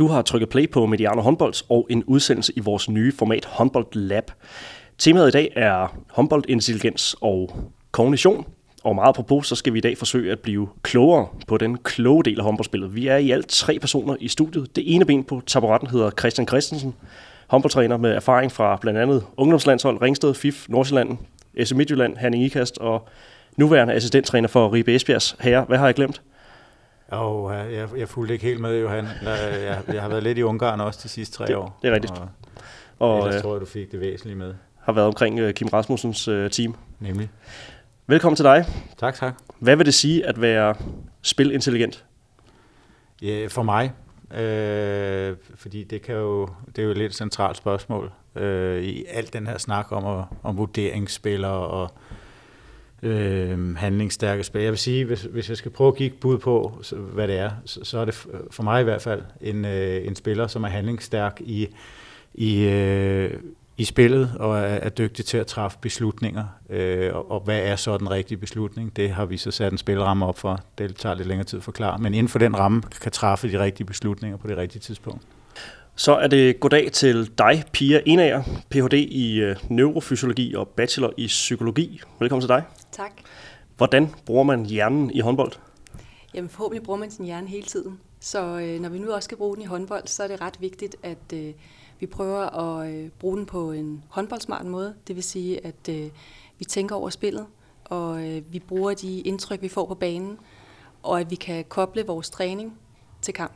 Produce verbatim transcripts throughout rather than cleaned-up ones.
Du har trykket play på Mediano Håndbold og en udsendelse i vores nye format Håndbold Lab. Temaet i dag er håndboldintelligens og kognition. Og meget apropos, så skal vi i dag forsøge at blive klogere på den kloge del af håndboldspillet. Vi er i alt tre personer i studiet. Det ene ben på taburetten hedder Christian Christensen, håndboldtræner med erfaring fra blandt andet ungdomslandshold, Ringsted, F I F, Nordsjælland, S C Midtjylland, Herning Ikast og nuværende assistenttræner for Ribe Esbjergs herre. Hvad har jeg glemt? Oh, jeg, jeg fulgte ikke helt med, Johan. Jeg, jeg har været lidt i Ungarn også de sidste tre det, år. Det er rigtigt. Og, og ellers øh, tror jeg, du fik det væsentligt med. Har været omkring uh, Kim Rasmussens uh, team. Nemlig. Velkommen til dig. Tak, tak. Hvad vil det sige at være spilintelligent? Ja, for mig, øh, fordi det, kan jo, det er jo et lidt centralt spørgsmål øh, i alt den her snak om, om vurderingsspillere og øh, handlingsstærke spillere. Jeg vil sige, hvis, hvis jeg skal prøve at kigge bud på, så, hvad det er, så, så er det for mig i hvert fald en, øh, en spiller, som er handlingsstærk i, i, øh, i spillet og er, er dygtig til at træffe beslutninger. Øh, og, og hvad er så den rigtige beslutning? Det har vi så sat en spilramme op for. Det tager lidt længere tid at forklare. Men inden for den ramme kan træffe de rigtige beslutninger på det rigtige tidspunkt. Så er det goddag til dig, Pia Enager, P H D i øh, neurofysiologi og bachelor i psykologi. Velkommen til dig. Tak. Hvordan bruger man hjernen i håndbold? Jamen forhåbentlig bruger man sin hjerne hele tiden. Så øh, når vi nu også skal bruge den i håndbold, så er det ret vigtigt, at øh, vi prøver at øh, bruge den på en håndboldsmart måde. Det vil sige, at øh, vi tænker over spillet, og øh, vi bruger de indtryk, vi får på banen, og at vi kan koble vores træning til kamp.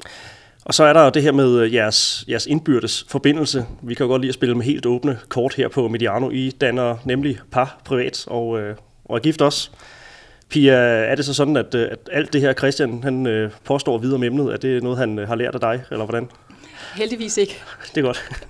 Og så er der det her med jeres, jeres indbyrdes forbindelse. Vi kan jo godt lide at spille med helt åbne kort her på Mediano. I danner nemlig par privat og, øh, og er gift også. Pia, er det så sådan, at, at alt det her Christian han, øh, påstår videre om emnet, er det noget, han øh, har lært af dig, eller hvordan? Heldigvis ikke. Det er godt.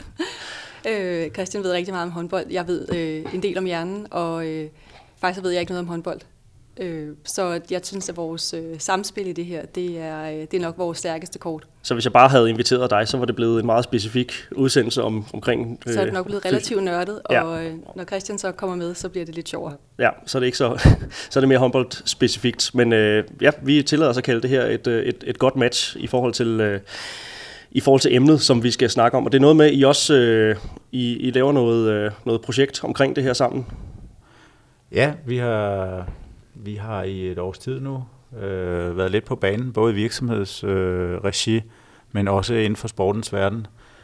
øh, Christian ved rigtig meget om håndbold. Jeg ved øh, en del om hjernen, og øh, faktisk ved jeg ikke noget om håndbold. Øh, så jeg synes, at vores øh, samspil i det her, det er, øh, det er nok vores stærkeste kort. Så hvis jeg bare havde inviteret dig, så var det blevet en meget specifik udsendelse om, omkring... Øh, så er det nok blevet relativt nørdet, ja. Og øh, når Christian så kommer med, så bliver det lidt sjovere. Ja, så er det ikke så, så er det mere håndboldspecifikt. Men øh, ja, vi tillader os at kalde det her et, et, et godt match i forhold til... Øh, i forhold til emnet, som vi skal snakke om. Og det er noget med, at I også øh, I, I laver noget, øh, noget projekt omkring det her sammen. Ja, vi har, vi har i et års tid nu øh, været lidt på banen, både i virksomhedsregi, øh, men også inden for sportens verden.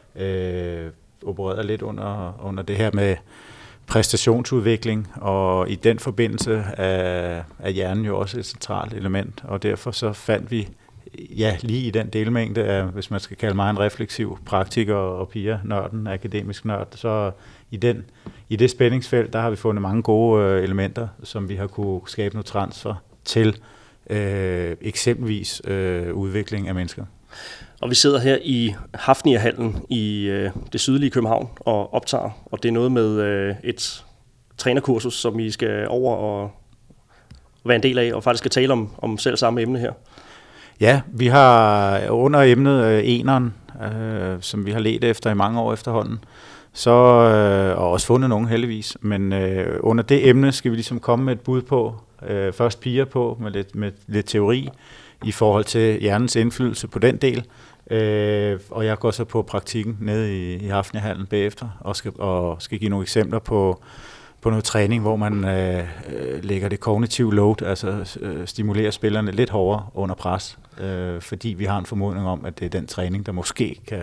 Øh, opereret lidt under, under det her med præstationsudvikling, og i den forbindelse er, er hjernen jo også et centralt element, og derfor så fandt vi ja, lige i den delmængde af, hvis man skal kalde mig en refleksiv praktiker og Pia, nørden, akademisk nørd, så i, den, i det spændingsfelt, der har vi fundet mange gode øh, elementer, som vi har kunne skabe noget transfer til øh, eksempelvis øh, udvikling af mennesker. Og vi sidder her i Hafnia-hallen i øh, det sydlige København og optager, og det er noget med øh, et trænerkursus, som I skal over og være en del af, og faktisk skal tale om, om selv samme emne her. Ja, vi har under emnet øh, eneren, øh, som vi har ledt efter i mange år efterhånden, så, øh, og også fundet nogen heldigvis, men øh, under det emne skal vi ligesom komme med et bud på, øh, først Pia på med lidt, med lidt teori i forhold til hjernens indflydelse på den del, øh, og jeg går så på praktikken nede i, i Hafnia-hallen bagefter, og skal, og skal give nogle eksempler på på noget træning, hvor man øh, lægger det kognitive load, altså øh, stimulerer spillerne lidt hårdere under pres, øh, fordi vi har en formodning om, at det er den træning, der måske kan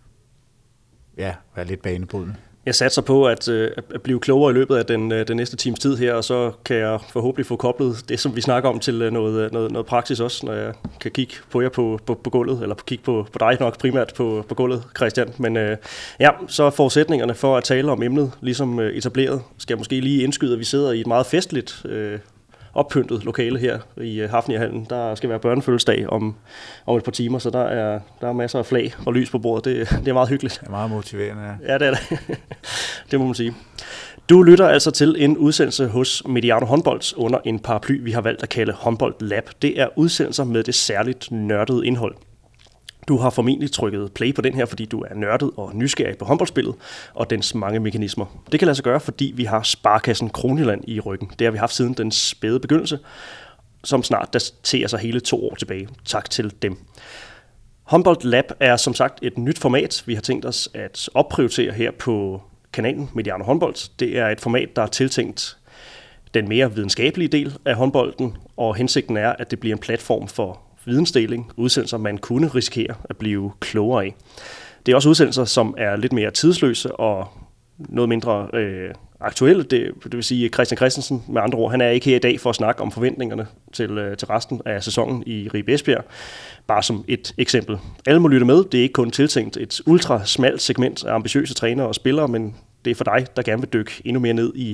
ja, være lidt banebrydende. Jeg satser på at, at blive klogere i løbet af den, den næste times tid her, og så kan jeg forhåbentlig få koblet det, som vi snakker om, til noget, noget, noget praksis også, når jeg kan kigge på jer på, på, på gulvet, eller kigge på, på dig nok primært på, på gulvet, Christian. Men øh, ja, så er forudsætningerne for at tale om emnet ligesom etableret. Skal jeg måske lige indskyde, at vi sidder i et meget festligt øh, oppyntet lokale her i Hafnia-hallen. Der skal være børnefødselsdag om, om et par timer, så der er, der er masser af flag og lys på bordet. Det, det er meget hyggeligt. Det er meget motiverende, ja. Ja, det er det. Det må man sige. Du lytter altså til en udsendelse hos Mediano Håndbold under en paraply, vi har valgt at kalde Håndbold Lab. Det er udsendelser med det særligt nørdede indhold. Du har formentlig trykket play på den her, fordi du er nørdet og nysgerrig på håndboldspillet og dens mange mekanismer. Det kan lade sig gøre, fordi vi har Sparekassen Kronjylland i ryggen. Det har vi haft siden den spæde begyndelse, som snart daterer sig hele to år tilbage. Tak til dem. Håndbold Lab er som sagt et nyt format, vi har tænkt os at opprioritere her på kanalen Mediano Håndbold. Det er et format, der er tiltænkt den mere videnskabelige del af håndbolden, og hensigten er, at det bliver en platform for vidensdeling, udsendelser, man kunne risikere at blive klogere af. Det er også udsendelser, som er lidt mere tidsløse og noget mindre øh, aktuelle. Det, det vil sige, Christian Christensen, med andre ord, han er ikke her i dag for at snakke om forventningerne til, øh, til resten af sæsonen i Ribe Esbjerg. Bare som et eksempel. Alle må lytte med. Det er ikke kun tiltænkt et ultra smalt segment af ambitiøse trænere og spillere, men det er for dig, der gerne vil dykke endnu mere ned i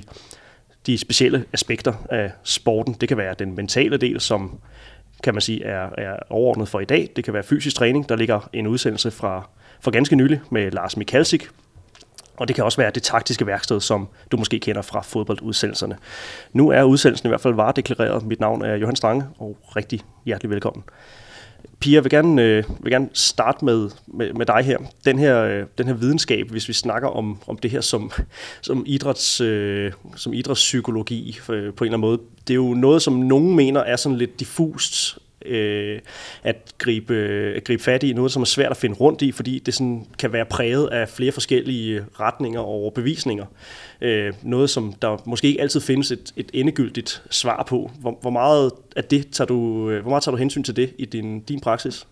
de specielle aspekter af sporten. Det kan være den mentale del, som kan man sige er, er overordnet for i dag. Det kan være fysisk træning. Der ligger en udsendelse fra for ganske nylig med Lars Mikalsik. Og det kan også være det taktiske værksted, som du måske kender fra fodboldudsendelserne. Nu er udsendelsen i hvert fald varedeklareret. Mit navn er Johan Strange, og rigtig hjertelig velkommen. Pia, jeg vil gerne, øh, vil gerne starte med, med, med dig her. Den her, øh, den her videnskab, hvis vi snakker om, om det her som, som, idræts, øh, som idrætspsykologi øh, på en eller anden måde, det er jo noget, som nogen mener er sådan lidt diffust øh, at, gribe, at gribe fat i. Noget, som er svært at finde rundt i, fordi det sådan kan være præget af flere forskellige retninger og overbevisninger. Øh, noget, som der måske ikke altid findes et, et endegyldigt svar på. Hvor, hvor, meget af det tager du, hvor meget tager du hensyn til det i din, din praksis?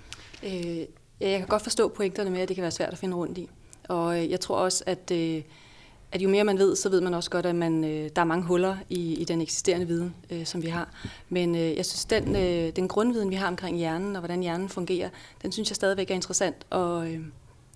Øh, jeg kan godt forstå pointerne med, at det kan være svært at finde rundt i. Og jeg tror også, at, øh, at jo mere man ved, så ved man også godt, at man, øh, der er mange huller i, i den eksisterende viden, øh, som vi har. Men øh, jeg synes, den, øh, den grundviden, vi har omkring hjernen og hvordan hjernen fungerer, den synes jeg stadigvæk er interessant og, øh,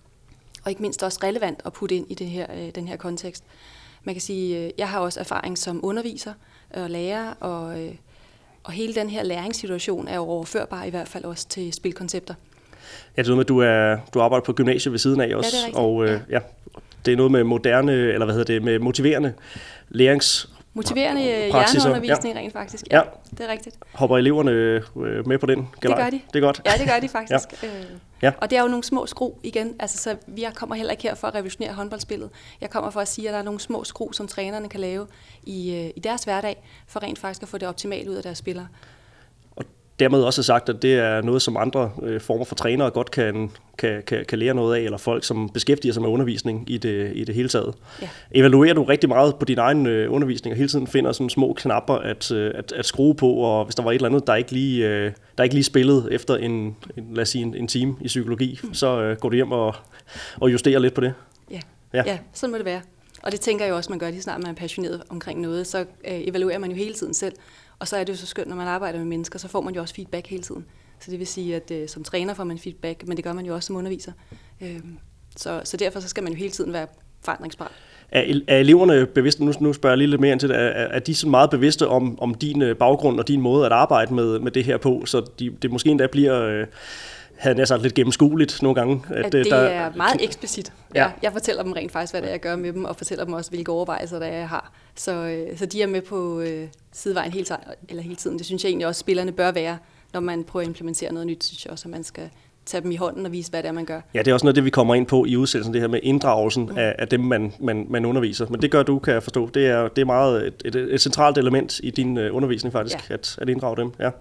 og ikke mindst også relevant at putte ind i det her, øh, den her kontekst. Man kan sige, øh, jeg har også erfaring som underviser og lærer, og, øh, og hele den her læringssituation er jo overførbar i hvert fald også til spilkoncepter. Ja, det er noget med, at du, er, du arbejder på gymnasiet ved siden af også, ja, det er og øh, ja. ja, det er noget med moderne, eller hvad hedder det, med motiverende lærings Motiverende hjerneundervisning, ja. Rent faktisk. Ja, ja, det er rigtigt. Hopper eleverne med på den galej? Det gør de. Det er godt. Ja, det gør de faktisk. ja. Ja. Og det er jo nogle små skru igen. Altså, så jeg kommer heller ikke her for at revolutionere håndboldspillet. Jeg kommer for at sige, at der er nogle små skru, som trænerne kan lave i, i deres hverdag, for rent faktisk at få det optimalt ud af deres spillere. Og dermed også sagt, at det er noget, som andre øh, former for trænere godt kan, kan, kan, kan lære noget af, eller folk, som beskæftiger sig med undervisning i det, i det hele taget. Ja. Evaluerer du rigtig meget på din egen øh, undervisning, og hele tiden finder sådan små knapper at, øh, at, at skrue på, og hvis der var et eller andet, der ikke lige, øh, der ikke lige spillede efter en, en, lad os sige, en, en time i psykologi, mm. så øh, går du hjem og, og justerer lidt på det? Ja. Ja. ja, sådan må det være. Og det tænker jeg også, man gør lige snart, man er passioneret omkring noget, så øh, evaluerer man jo hele tiden selv. Og så er det jo så skønt, når man arbejder med mennesker, så får man jo også feedback hele tiden. Så det vil sige, at øh, som træner får man feedback, men det gør man jo også som underviser. Øh, så, så derfor så skal man jo hele tiden være forandringsparat. Er, er eleverne bevidste, nu, nu spørger jeg lige lidt mere ind til det, er, er de så meget bevidste om, om din baggrund og din måde at arbejde med, med det her på, så de, det måske endda bliver... Øh, havde jeg sagt lidt gennemskueligt nogle gange. At, at det der, er meget eksplicit. Ja. Jeg, jeg fortæller dem rent faktisk, hvad det er, jeg gør med dem, og fortæller dem også, hvilke overvejelser der er, jeg har. Så, øh, så de er med på øh, sidevejen hele, eller hele tiden. Det synes jeg egentlig også, spillerne bør være, når man prøver at implementere noget nyt, synes jeg også, at man skal tage dem i hånden og vise, hvad det er, man gør. Ja, det er også noget, det vi kommer ind på i udsendelsen, det her med inddragelsen mm. af, af dem, man, man, man underviser. Men det gør du, kan jeg forstå. Det er, det er meget et, et, et centralt element i din uh, undervisning faktisk, ja. at, at inddrage dem. Ja.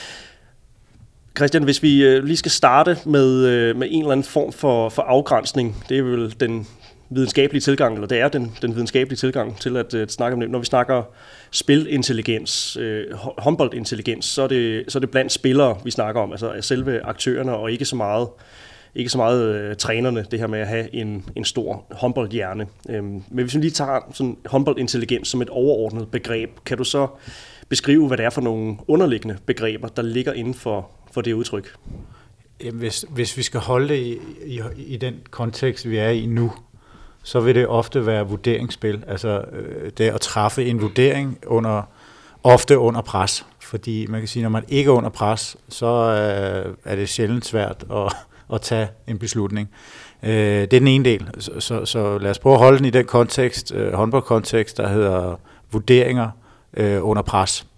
Christian, hvis vi øh, lige skal starte med, øh, med en eller anden form for, for afgrænsning, det er vel den videnskabelige tilgang, eller det er den, den videnskabelige tilgang til at, at snakke om det. Når vi snakker spilintelligens, øh, håndboldintelligens, så er, det, så er det blandt spillere, vi snakker om, altså selve aktørerne, og ikke så meget, ikke så meget øh, trænerne, det her med at have en, en stor håndboldhjerne. Øhm, men hvis vi lige tager sådan håndboldintelligens som et overordnet begreb, kan du så beskrive, hvad det er for nogle underliggende begreber, der ligger inden for, for det udtryk? Jamen, hvis, hvis vi skal holde det i, i, i den kontekst, vi er i nu, så vil det ofte være vurderingsspil. Altså øh, det at træffe en vurdering under, ofte under pres. Fordi man kan sige, når man ikke er under pres, så øh, er det sjældent svært at, at tage en beslutning. Øh, det er den ene del. Så, så, så lad os prøve at holde den i den kontekst, øh, håndboldkontekst, der hedder vurderinger øh, under pres.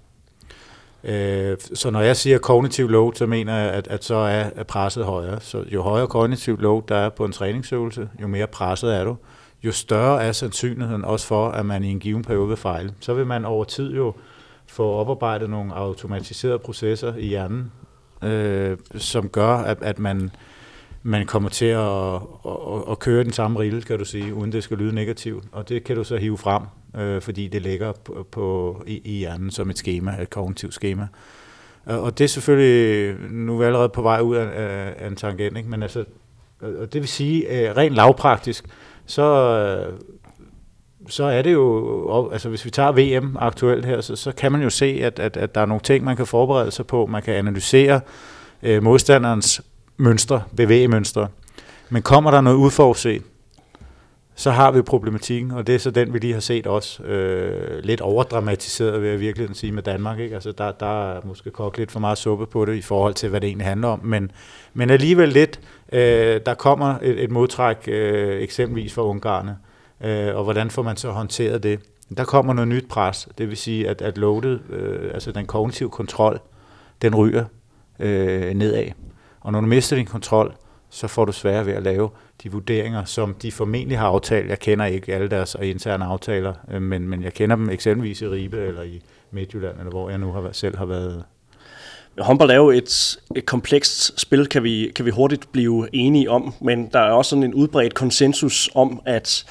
Øh, så når jeg siger kognitiv load, så mener jeg, at, at så er presset højere. Så jo højere kognitiv load der er på en træningsøvelse, jo mere presset er du, jo større er sandsynligheden også for, at man i en given periode vil fejle. Så vil man over tid jo få oparbejdet nogle automatiserede processer i hjernen, øh, som gør, at, at man, man kommer til at, at, at køre den samme rille, kan du sige, uden det skal lyde negativt. Og det kan du så hive frem, øh, fordi det ligger på, på, i, i hjernen som et skema, et kognitivt skema. Og det er selvfølgelig, nu er vi allerede på vej ud af, af en tangent, ikke? Men altså, og det vil sige, rent lavpraktisk, så, så er det jo, altså hvis vi tager V M aktuelt her, så, så kan man jo se, at, at, at der er nogle ting, man kan forberede sig på. Man kan analysere øh, modstanderens mønstre, bevægemønstre. Men kommer der noget udforudset, så har vi problematikken, og det er så den, vi lige har set også. Øh, lidt overdramatiseret, vil jeg virkelig sige, med Danmark. Ikke? Altså, der, der er måske kogt lidt for meget suppe på det, i forhold til, hvad det egentlig handler om. Men, men alligevel lidt, øh, der kommer et, et modtræk, øh, eksempelvis fra Ungarne, øh, og hvordan får man så håndteret det? Der kommer noget nyt pres, det vil sige, at, at loadet, øh, altså den kognitive kontrol, den ryger øh, nedad. Og når du mister din kontrol, så får du svært ved at lave de vurderinger, som de formentlig har aftalt. Jeg kender ikke alle deres interne aftaler, men, men jeg kender dem eksempelvis i Ribe eller i Midtjylland, eller hvor jeg nu har, selv har været. Håndbold er jo et, et komplekst spil, kan vi, kan vi hurtigt blive enige om, men der er også sådan en udbredt konsensus om, at,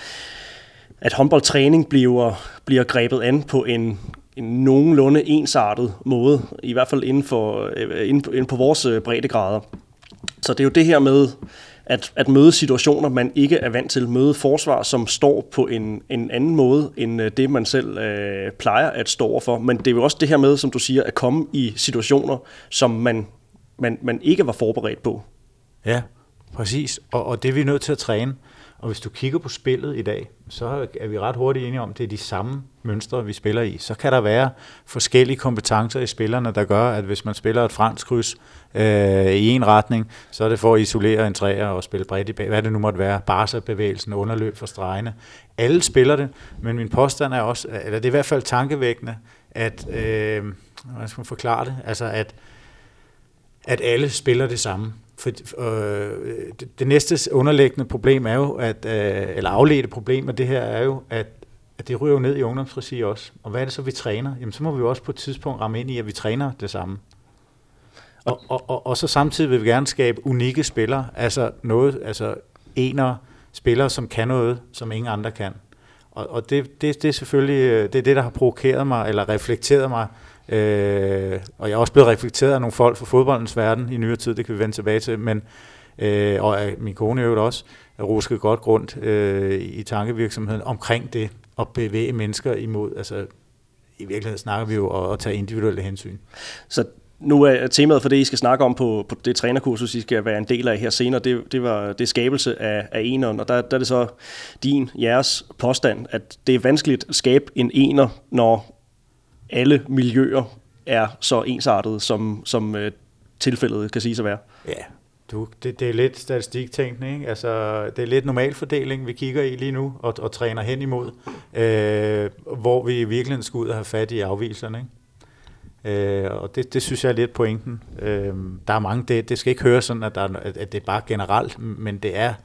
at håndboldtræning bliver, bliver grebet an på en, en nogenlunde ensartet måde, i hvert fald inden, for, inden, på, inden på vores breddegrader. Så det er jo det her med at, at møde situationer, man ikke er vant til, møde forsvar, som står på en, en anden måde, end det, man selv øh, plejer at stå overfor. Men det er jo også det her med, som du siger, at komme i situationer, som man, man, man ikke var forberedt på. Ja, præcis. Og, og det er vi nødt til at træne. Og hvis du kigger på spillet i dag, så er vi ret hurtigt enige om, at det er de samme mønstre, vi spiller i. Så kan der være forskellige kompetencer i spillerne, der gør, at hvis man spiller et fransk kryds øh, i en retning, så er det for at isolere en træer og spille bredt i bag. Hvad det nu måtte være, Barca-bevægelsen, underløb for stregene. Alle spiller det, men min påstand er også, eller det er i hvert fald tankevækkende, at, øh, hvordan skal man forklare det, altså at, at alle spiller det samme. For, øh, det, det næste underliggende problem er jo, at, øh, eller afledte problem af det her er jo, at, at det ryger jo ned i ungdomsregi også. Og hvad er det så, vi træner? Jamen, så må vi jo også på et tidspunkt ramme ind i, at vi træner det samme. Og, og, og, og så samtidig vil vi gerne skabe unikke spillere, altså noget, altså ener spillere, som kan noget, som ingen andre kan. Og, og det, det, det er selvfølgelig det, er det, der har provokeret mig, eller reflekteret mig. Øh, og jeg er også blevet reflekteret af nogle folk fra fodboldens verden i nyere tid, det kan vi vende tilbage til, men, øh, og min kone øvrigt også, er rusket godt rundt øh, i tankevirksomheden omkring det, at bevæge mennesker imod, altså i virkeligheden snakker vi jo om at tage individuelle hensyn. Så nu er temaet for det, I skal snakke om på, på det trænerkursus, I skal være en del af her senere, det, det var det skabelse af, af eneren, og der, der er det så din, jeres påstand, at det er vanskeligt at skabe en ener, når alle miljøer er så ensartede, som, som øh, tilfældet kan siges at være. Ja, du, det, det er lidt statistiktænkning, ikke? Altså, det er lidt normalfordeling, vi kigger i lige nu, og, og træner hen imod, øh, hvor vi virkelig skal ud og have fat i afvigelserne, ikke? Øh, og det, det synes jeg er lidt pointen. Øh, der er mange, det, det skal ikke høre sådan, at, der, at det er bare generelt, men det er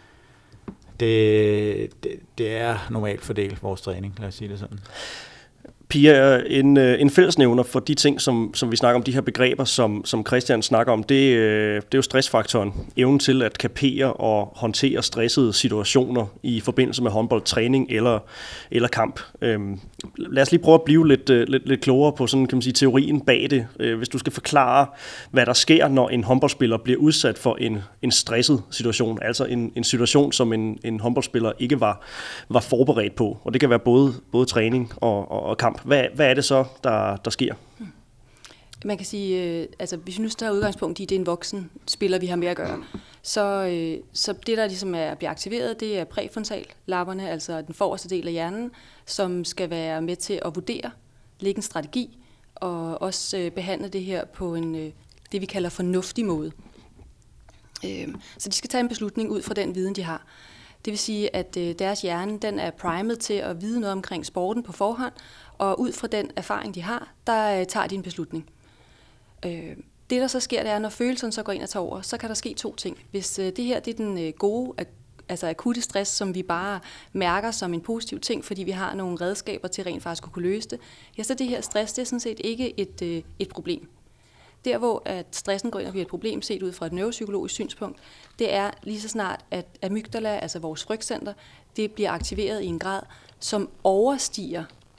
det, det, det er normalt fordelt, vores træning, lad os sige det sådan. Pia, en, en fællesnævner for de ting, som, som vi snakker om, de her begreber, som, som Christian snakker om, det, det er jo stressfaktoren. Evnen til at kapere og håndtere stressede situationer i forbindelse med håndboldtræning eller, eller kamp. Øhm, lad os lige prøve at blive lidt, lidt, lidt klogere på sådan, kan man sige, teorien bag det. Øh, hvis du skal forklare, hvad der sker, når en håndboldspiller bliver udsat for en, en stresset situation, altså en, en situation, som en, en håndboldspiller ikke var, var forberedt på. Og det kan være både, både træning og, og, og kamp. Hvad, hvad er det så, der, der sker? Man kan sige, øh, altså hvis vi nu tager udgangspunkt i, det er en voksen spiller, vi har med at gøre, så, øh, så det, der ligesom er, bliver aktiveret, det er præfrontallapperne, altså den forreste del af hjernen, som skal være med til at vurdere, lægge en strategi, og også øh, behandle det her på en, øh, det vi kalder fornuftig måde. Øh, så de skal tage en beslutning ud fra den viden, de har. Det vil sige, at øh, deres hjerne, den er primet til at vide noget omkring sporten på forhånd, og ud fra den erfaring, de har, der øh, tager de en beslutning. Øh, det, der så sker, det er, når følelserne så går ind og tager over, så kan der ske to ting. Hvis øh, det her det er den øh, gode, ak- altså akutte stress, som vi bare mærker som en positiv ting, fordi vi har nogle redskaber til rent faktisk at kunne løse det, ja, så det her stress, det er sådan set ikke et, øh, et problem. Der, hvor at stressen går ind og bliver et problem set ud fra et neuropsykologisk synspunkt, det er lige så snart, at amygdala, altså vores frygtcenter, det bliver aktiveret i en grad, som overstiger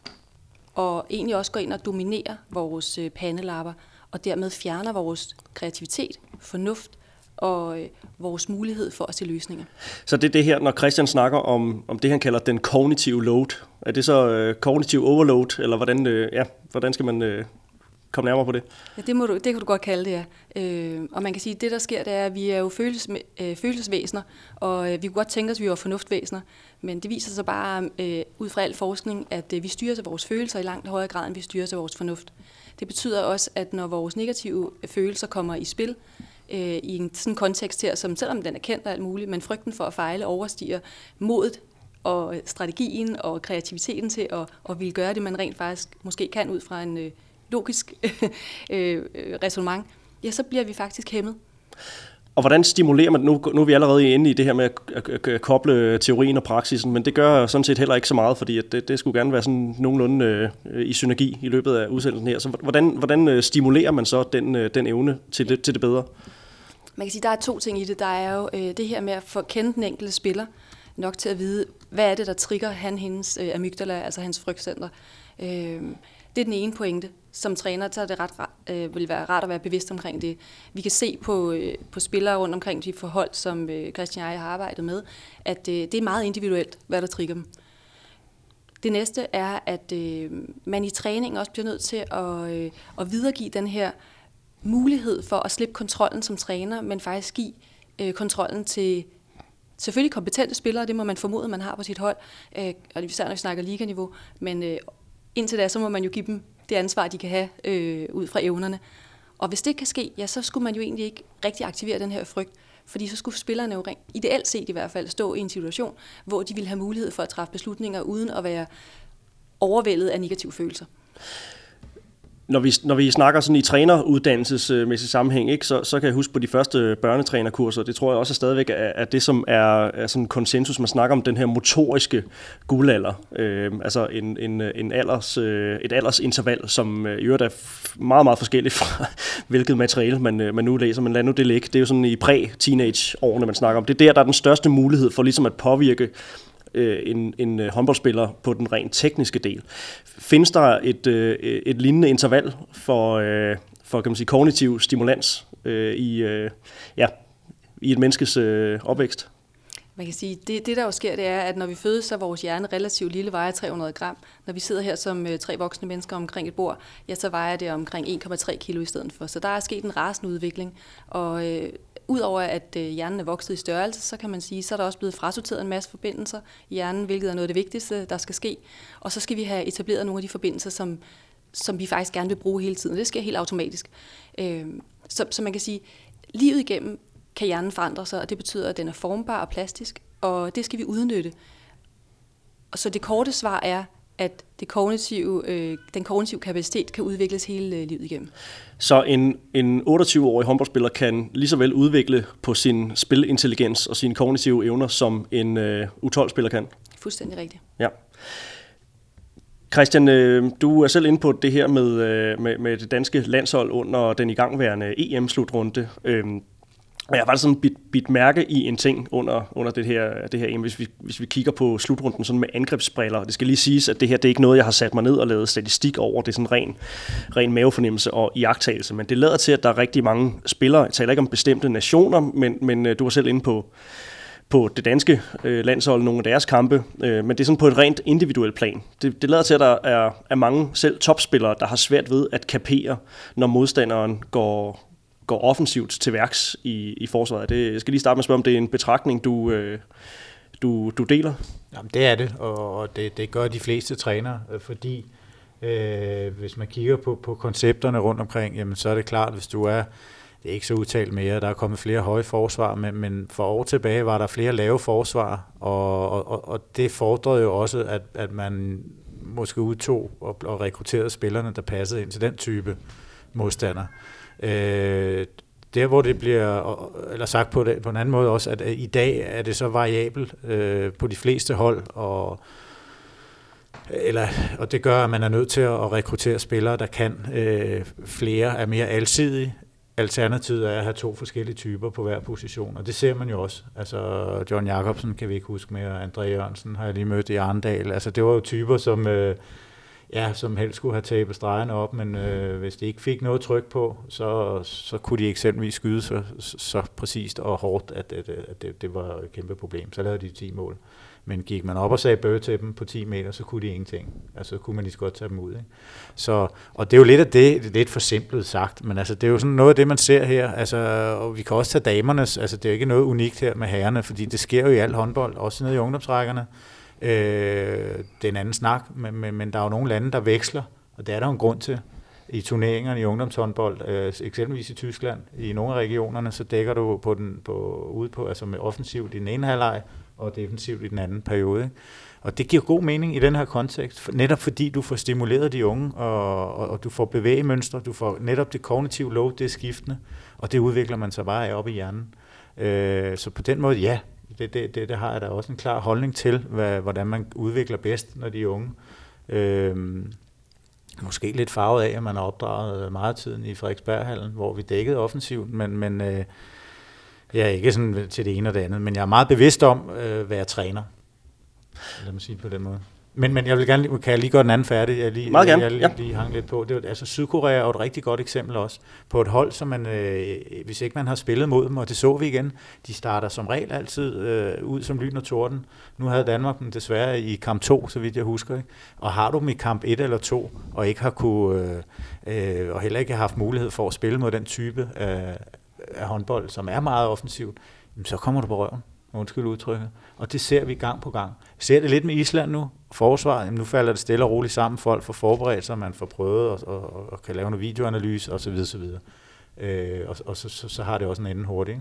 og egentlig også går ind og dominerer vores pandelapper, og dermed fjerner vores kreativitet, fornuft og øh, vores mulighed for at se løsninger. Så det er det her, når Christian snakker om, om det, han kalder den kognitive load. Er det så øh, kognitiv overload, eller hvordan, øh, ja, hvordan skal man øh, komme nærmere på det? Ja, det, må du, det kan du godt kalde det, ja. Øh, og man kan sige, at det, der sker, det er, at vi er jo følelses, øh, følelsesvæsener, og øh, vi kunne godt tænke os, at vi var fornuftvæsener, men det viser sig bare øh, ud fra al forskning, at øh, vi styrer af vores følelser i langt højere grad, end vi styrer af vores fornuft. Det betyder også, at når vores negative følelser kommer i spil, øh, i en sådan kontekst her, som selvom den er kendt og alt muligt, men frygten for at fejle overstiger modet og strategien og kreativiteten til at, at ville gøre det, man rent faktisk måske kan ud fra en øh, logisk øh, ræsonnement, ja, så bliver vi faktisk hæmmet. Og hvordan stimulerer man, nu, nu er vi allerede inde i det her med at, at, at koble teorien og praksisen, men det gør sådan set heller ikke så meget, fordi at det, det skulle gerne være sådan nogenlunde øh, i synergi i løbet af udsendelsen her. Så hvordan, hvordan stimulerer man så den, den evne til det, til det bedre? Man kan sige, der er to ting i det. Der er jo øh, det her med at få kende den enkelte spiller nok til at vide, hvad er det, der trigger han, hendes øh, amygdala, altså hans frygtcenter. Øh, det er den ene pointe. Som træner, så er det ret, øh, vil være rart at være bevidst omkring det. Vi kan se på, øh, på spillere rundt omkring de forhold, som øh, Christian og jeg har arbejdet med, at øh, det er meget individuelt, hvad der trigger dem. Det næste er, at øh, man i træning også bliver nødt til at, øh, at videregive den her mulighed for at slippe kontrollen som træner, men faktisk give øh, kontrollen til selvfølgelig kompetente spillere, det må man formode, man har på sit hold, øh, og især når vi snakker liganiveau, men øh, indtil da, så må man jo give dem det ansvar, de kan have øh, ud fra evnerne. Og hvis det kan ske, ja, så skulle man jo egentlig ikke rigtig aktivere den her frygt, fordi så skulle spillerne jo ideelt set i hvert fald stå i en situation, hvor de ville have mulighed for at træffe beslutninger uden at være overvældet af negative følelser. Når vi, når vi snakker sådan i træneruddannelsesmæssig sammenhæng, ikke, så, så kan jeg huske på de første børnetrænerkurser, det tror jeg også er stadigvæk er, er det, som er, er sådan konsensus. Man snakker om den her motoriske guldalder, øh, altså en, en, en alders, øh, et aldersinterval, som øh, i øvrigt er meget, meget forskelligt fra hvilket materiale man, øh, man nu læser, men lad nu det ligge. Det er jo sådan i præ-teenage-årene, man snakker om. Det er der, der er den største mulighed for ligesom at påvirke En, en håndboldspiller på den rent tekniske del. Findes der et, et lignende interval for, for kan man sige, kognitiv stimulans i, ja, i et menneskes opvækst? Man kan sige, det, det der jo sker, det er, at når vi fødes, så er vores hjerne relativt lille, vejer tre hundrede gram. Når vi sidder her som øh, tre voksne mennesker omkring et bord, ja, så vejer det omkring en komma tre kilo i stedet for. Så der er sket en rasende udvikling, og øh, udover at øh, hjernen er vokset i størrelse, så kan man sige, så er der også blevet frasorteret en masse forbindelser i hjernen, hvilket er noget af det vigtigste, der skal ske. Og så skal vi have etableret nogle af de forbindelser, som, som vi faktisk gerne vil bruge hele tiden. Det sker helt automatisk. Øh, så, så man kan sige, livet igennem kan hjernen forandre sig, og det betyder, at den er formbar og plastisk, og det skal vi udnytte. Og så det korte svar er, at det kognitive, øh, den kognitive kapacitet kan udvikles hele øh, livet igennem. Så en, en otteogtyve-årig håndboldspiller kan lige så vel udvikle på sin spilintelligens og sine kognitive evner, som en øh, U tolv-spiller kan? Fuldstændig rigtigt. Ja. Christian, øh, du er selv inde på det her med, øh, med, med det danske landshold under den igangværende E M-slutrunde. Øh, Og jeg har faktisk sådan bit, bit mærke i en ting under, under det her, det her hvis vi, hvis vi kigger på slutrunden sådan med angrebsbriller. Det skal lige siges, at det her det er ikke noget, jeg har sat mig ned og lavet statistik over. Det er sådan ren, ren mavefornemmelse og iagttagelse. Men det lader til, at der er rigtig mange spillere. Jeg taler ikke om bestemte nationer, men, men du var selv inde på, på det danske øh, landshold, nogle af deres kampe. Øh, men det er sådan på et rent individuelt plan. Det, det lader til, at der er, er mange selv topspillere, der har svært ved at kapere, når modstanderen går... går offensivt til værks i, i forsvaret. Det, jeg skal lige starte med at spørge, om det er en betragtning, du, øh, du, du deler? Jamen, det er det, og det, det gør de fleste trænere, fordi øh, hvis man kigger på, på koncepterne rundt omkring, jamen, så er det klart, hvis du er, det er ikke så udtalt mere, der er kommet flere høje forsvar, men, men for år tilbage var der flere lave forsvar, og, og, og det fordrede jo også, at, at man måske udtog og, og rekrutterede spillerne, der passede ind til den type modstander. Øh, der hvor det bliver, eller sagt på, det, på en anden måde også, at i dag er det så variabelt øh, på de fleste hold, og eller, og det gør, at man er nødt til at rekruttere spillere, der kan øh, flere, er mere alsidige. Alternativet er at have to forskellige typer på hver position, og det ser man jo også. Altså, John Jacobsen kan vi ikke huske mere, André Jørgensen har jeg lige mødt i Arndal. Altså, det var jo typer, som, øh, ja, som helst skulle have tabet stregerne op, men øh, hvis de ikke fik noget tryk på, så, så kunne de eksempelvis skyde så, så præcist og hårdt, at, at, at det, det var et kæmpe problem. Så lavede de ti mål. Men gik man op og sagde bøge til dem på ti meter, så kunne de ingenting. Altså, så kunne man lige så godt tage dem ud. Ikke? Så, og det er jo lidt af det, det er lidt forsimplet sagt, men altså, det er jo sådan noget af det, man ser her. Altså, og vi kan også tage damernes, altså det er jo ikke noget unikt her med herrerne, fordi det sker jo i al håndbold, også nede i ungdomsrækkerne. Øh, det er en anden snak, men, men, men der er jo nogle lande, der veksler, og det er der jo en grund til. I turneringerne i ungdomshåndbold, øh, eksempelvis i Tyskland, i nogle af regionerne, så dækker du på den, på, ude på, altså med offensivt i den ene halvleg, og defensivt i den anden periode. Ikke? Og det giver god mening i den her kontekst, netop fordi du får stimuleret de unge, og, og, og du får bevægemønstre, du får netop det kognitive load, det er skiftende, og det udvikler man sig bare af op i hjernen. Øh, så på den måde, ja, det, det, det, det har jeg da også en klar holdning til, hvad, hvordan man udvikler bedst, når de er unge. Øh, måske lidt farvet af, at man har opdraget meget tiden i Frederiksberghallen, hvor vi dækkede offensivt, men, men øh, jeg er ikke sådan til det ene og det andet, men jeg er meget bevidst om, øh, hvad jeg træner. Lad mig sige på den måde. Men, men jeg vil gerne, kan jeg lige gøre den anden færdig? Jeg lige, meget gerne, jeg, jeg ja. lige hang lidt på. Det var, altså Sydkorea er et rigtig godt eksempel også. På et hold, som man, øh, hvis ikke man har spillet mod dem, og det så vi igen, de starter som regel altid øh, ud som lyn og torden. Nu havde Danmark dem desværre i kamp to, så vidt jeg husker. Ikke? Og har du dem i kamp et eller to, og ikke har kunne, øh, øh, og heller ikke har haft mulighed for at spille mod den type af, af håndbold, som er meget offensivt, så kommer du på røven. Undskyld udtrykket. Og det ser vi gang på gang. Vi ser det lidt med Island nu. Forsvaret, jamen nu falder det stille og roligt sammen. Folk får forberedt sig, man får prøvet og, og, og kan lave noget videoanalyse osv. osv. Øh, og og så, så, så har det også en ende hurtigt.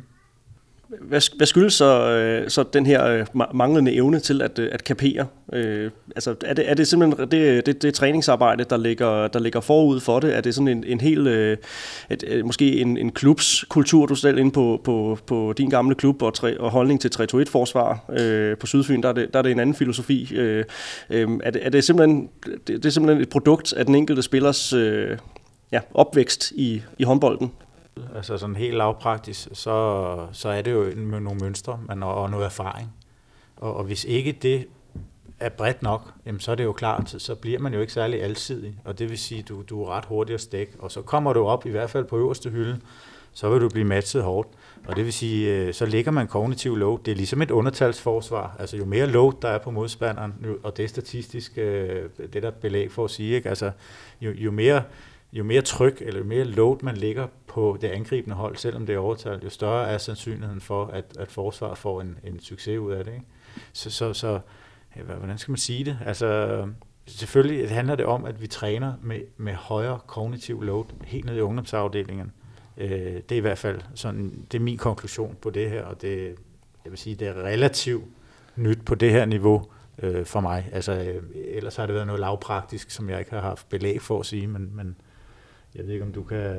Hvad, hvad skyldes så, øh, så den her øh, manglende evne til at, at kapere? Øh, altså, er det, er det simpelthen det, det, det træningsarbejde, der ligger, der ligger forud for det? Er det sådan en, en hel, øh, et, måske en, en klubskultur, du selv inde på, på, på din gamle klub og, tre, og holdning til tre to et forsvar øh, på Sydfyn, der er, det, der er det en anden filosofi. Øh, øh, er, det, er det simpelthen det, det er simpelthen et produkt af den enkelte spillers øh, ja, opvækst i, i håndbolden? Altså sådan helt lavpraktisk, så, så er det jo nogle mønstre man, og noget erfaring. Og, og hvis ikke det er bredt nok, jamen så er det jo klart, så bliver man jo ikke særlig alsidig. Og det vil sige, at du, du er ret hurtig at stikke. Og så kommer du op, i hvert fald på øverste hylde, så vil du blive matchet hårdt. Og det vil sige, så ligger man kognitiv load. Det er ligesom et undertalsforsvar. Altså jo mere load der er på modstanderen, og det er statistisk, det der belæg for at sige, ikke? Altså jo, jo mere... Jo mere tryk eller jo mere load man lægger på det angribende hold, selvom det er overtalt, jo større er sandsynligheden for, at, at forsvaret får en, en succes ud af det. Ikke? Så, så, så ja, hvordan skal man sige det? Altså, selvfølgelig handler det om, at vi træner med, med højere kognitiv load helt ned i ungdomsafdelingen. Øh, det er i hvert fald sådan, det er min konklusion på det her, og det, jeg vil sige, det er relativt nyt på det her niveau. Øh, for mig. Altså, øh, ellers har det været noget lavpraktisk, som jeg ikke har haft belæg for at sige, men, men jeg ved ikke, om du kan,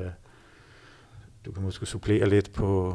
du kan måske supplere lidt på...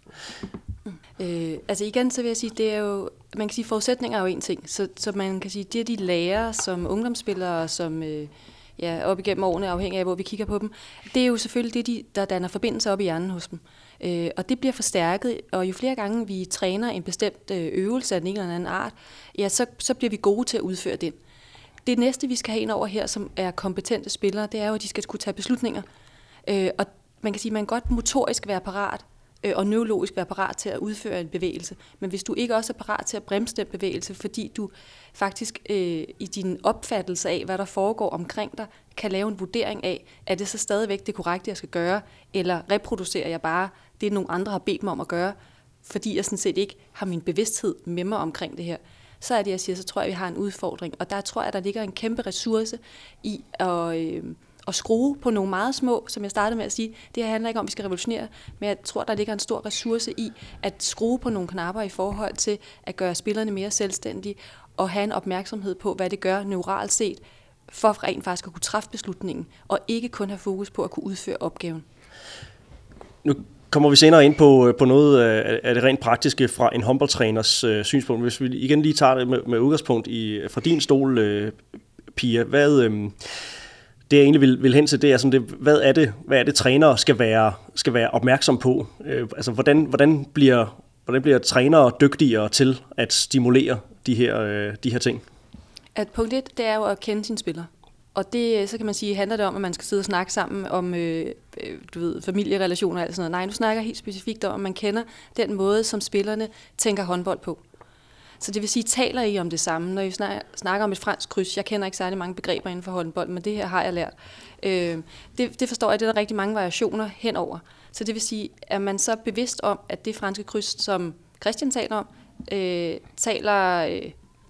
Øh, altså igen, så vil jeg sige, det er jo, man kan sige, forudsætninger er jo en ting, så, så man kan sige, det er de lærere som ungdomsspillere, som øh, ja, op igennem årene, afhængig af, hvor vi kigger på dem, det er jo selvfølgelig det, de, der danner forbindelse op i hjernen hos dem. Øh, og det bliver forstærket, og jo flere gange vi træner en bestemt øvelse af den ene eller anden art, ja, så, så bliver vi gode til at udføre den. Det næste, vi skal have ind over her, som er kompetente spillere, det er jo, at de skal kunne tage beslutninger. Øh, og man kan sige, at man godt motorisk være parat, øh, og neurologisk være parat til at udføre en bevægelse. Men hvis du ikke også er parat til at bremse den bevægelse, fordi du faktisk øh, i din opfattelse af, hvad der foregår omkring dig, kan lave en vurdering af, er det så stadigvæk det korrekte, jeg skal gøre, eller reproducerer jeg bare det, nogle andre har bedt mig om at gøre, fordi jeg sådan set ikke har min bevidsthed med mig omkring det her. Så er det, jeg siger, så tror jeg, at vi har en udfordring. Og der tror jeg, der ligger en kæmpe ressource i at, øh, at skrue på nogle meget små, som jeg startede med at sige. Det her handler ikke om, at vi skal revolutionere, men jeg tror, der ligger en stor ressource i at skrue på nogle knapper i forhold til at gøre spillerne mere selvstændige og have en opmærksomhed på, hvad det gør neuralt set, for rent faktisk at kunne træffe beslutningen, og ikke kun have fokus på at kunne udføre opgaven. Nu kommer vi senere ind på, på noget af det rent praktiske fra en håndboldtræners øh, synspunkt. Hvis vi igen lige tager det med, med udgangspunkt i, fra din stol, øh, Pia. Hvad, øh, det jeg egentlig vil, vil hen til, det er sådan, det, hvad er det, hvad er det trænere skal være, skal være opmærksom på? Øh, altså, hvordan, hvordan, bliver, hvordan bliver trænere dygtigere til at stimulere de her, øh, de her ting? At punkt et, det er jo at kende sine spillere. Og det, så kan man sige, handler det om, at man skal sidde og snakke sammen om øh, du ved, familierelationer og alt sådan noget. Nej, nu snakker jeg helt specifikt om, at man kender den måde, som spillerne tænker håndbold på. Så det vil sige, taler I om det samme, når I snakker om et fransk kryds. Jeg kender ikke særlig mange begreber inden for håndbold, men det her har jeg lært. Øh, det, det forstår jeg, det er der rigtig mange variationer henover. Så det vil sige, at man så bevidst om, at det franske kryds, som Christian taler om, øh, taler... Øh,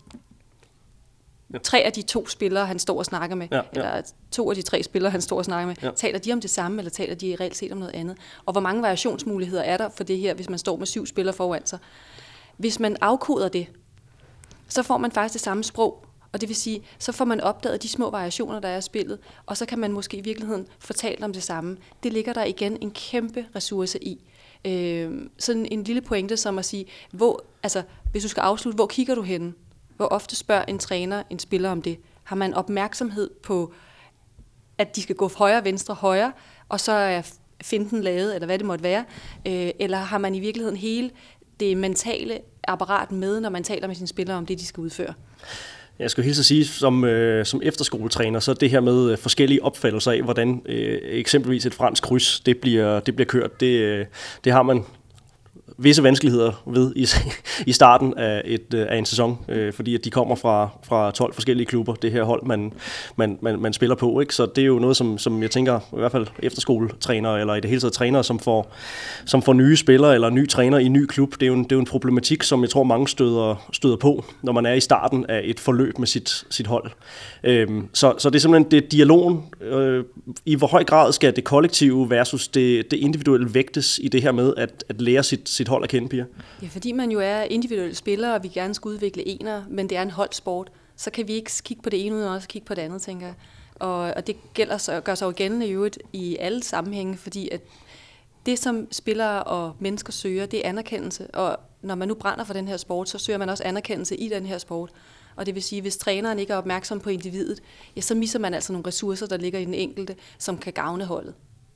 tre af de to spillere, han står og snakker med, ja, ja. eller to af de tre spillere, han står og snakker med, ja. Taler de om det samme, eller taler de reelt set om noget andet? Og hvor mange variationsmuligheder er der for det her, hvis man står med syv spillere foran sig? Hvis man afkoder det, så får man faktisk det samme sprog, og det vil sige, så får man opdaget de små variationer, der er i spillet, og så kan man måske i virkeligheden fortælle om det samme. Det ligger der igen en kæmpe ressource i. Øh, sådan en lille pointe som at sige, hvor, altså, hvis du skal afslutte, hvor kigger du henne? Hvor ofte spørger en træner en spiller om det? Har man opmærksomhed på, at de skal gå højre, venstre, højre, og så er finten lavet, eller hvad det måtte være? Øh, eller har man i virkeligheden hele det mentale apparat med, når man taler med sine spillere om det, de skal udføre? Jeg skal hilse at sige, som, øh, som efterskoletræner, så det her med forskellige opfattelser af, hvordan øh, eksempelvis et fransk kryds, det bliver, det bliver kørt, det, øh, det har man visse vanskeligheder ved i, i starten af, et, af en sæson, øh, fordi at de kommer fra, fra tolv forskellige klubber, det her hold, man, man, man, man spiller på. Ikke? Så det er jo noget, som, som jeg tænker, i hvert fald efterskoletrænere, eller i det hele taget trænere, som får, som får nye spillere, eller nye træner i en ny klub, det er jo en, det er jo en problematik, som jeg tror, mange støder, støder på, når man er i starten af et forløb med sit, sit hold. Øhm, så, så det er simpelthen det dialogen. Øh, I hvor høj grad skal det kollektive versus det, det individuelle vægtes i det her med at, at lære sit, sit hold at kende, Pia? Ja, fordi man jo er individuelle spillere, og vi gerne skal udvikle ener, men det er en holdsport, så kan vi ikke kigge på det ene uden også kigge på det andet, tænker jeg. Og, og det gælder så, gør sig jo gældende i øvrigt i alle sammenhænge, fordi at det, som spillere og mennesker søger, det er anerkendelse, og når man nu brænder for den her sport, så søger man også anerkendelse i den her sport. Og det vil sige, at hvis træneren ikke er opmærksom på individet, ja, så misser man altså nogle ressourcer, der ligger i den enkelte, som kan gavne holdet.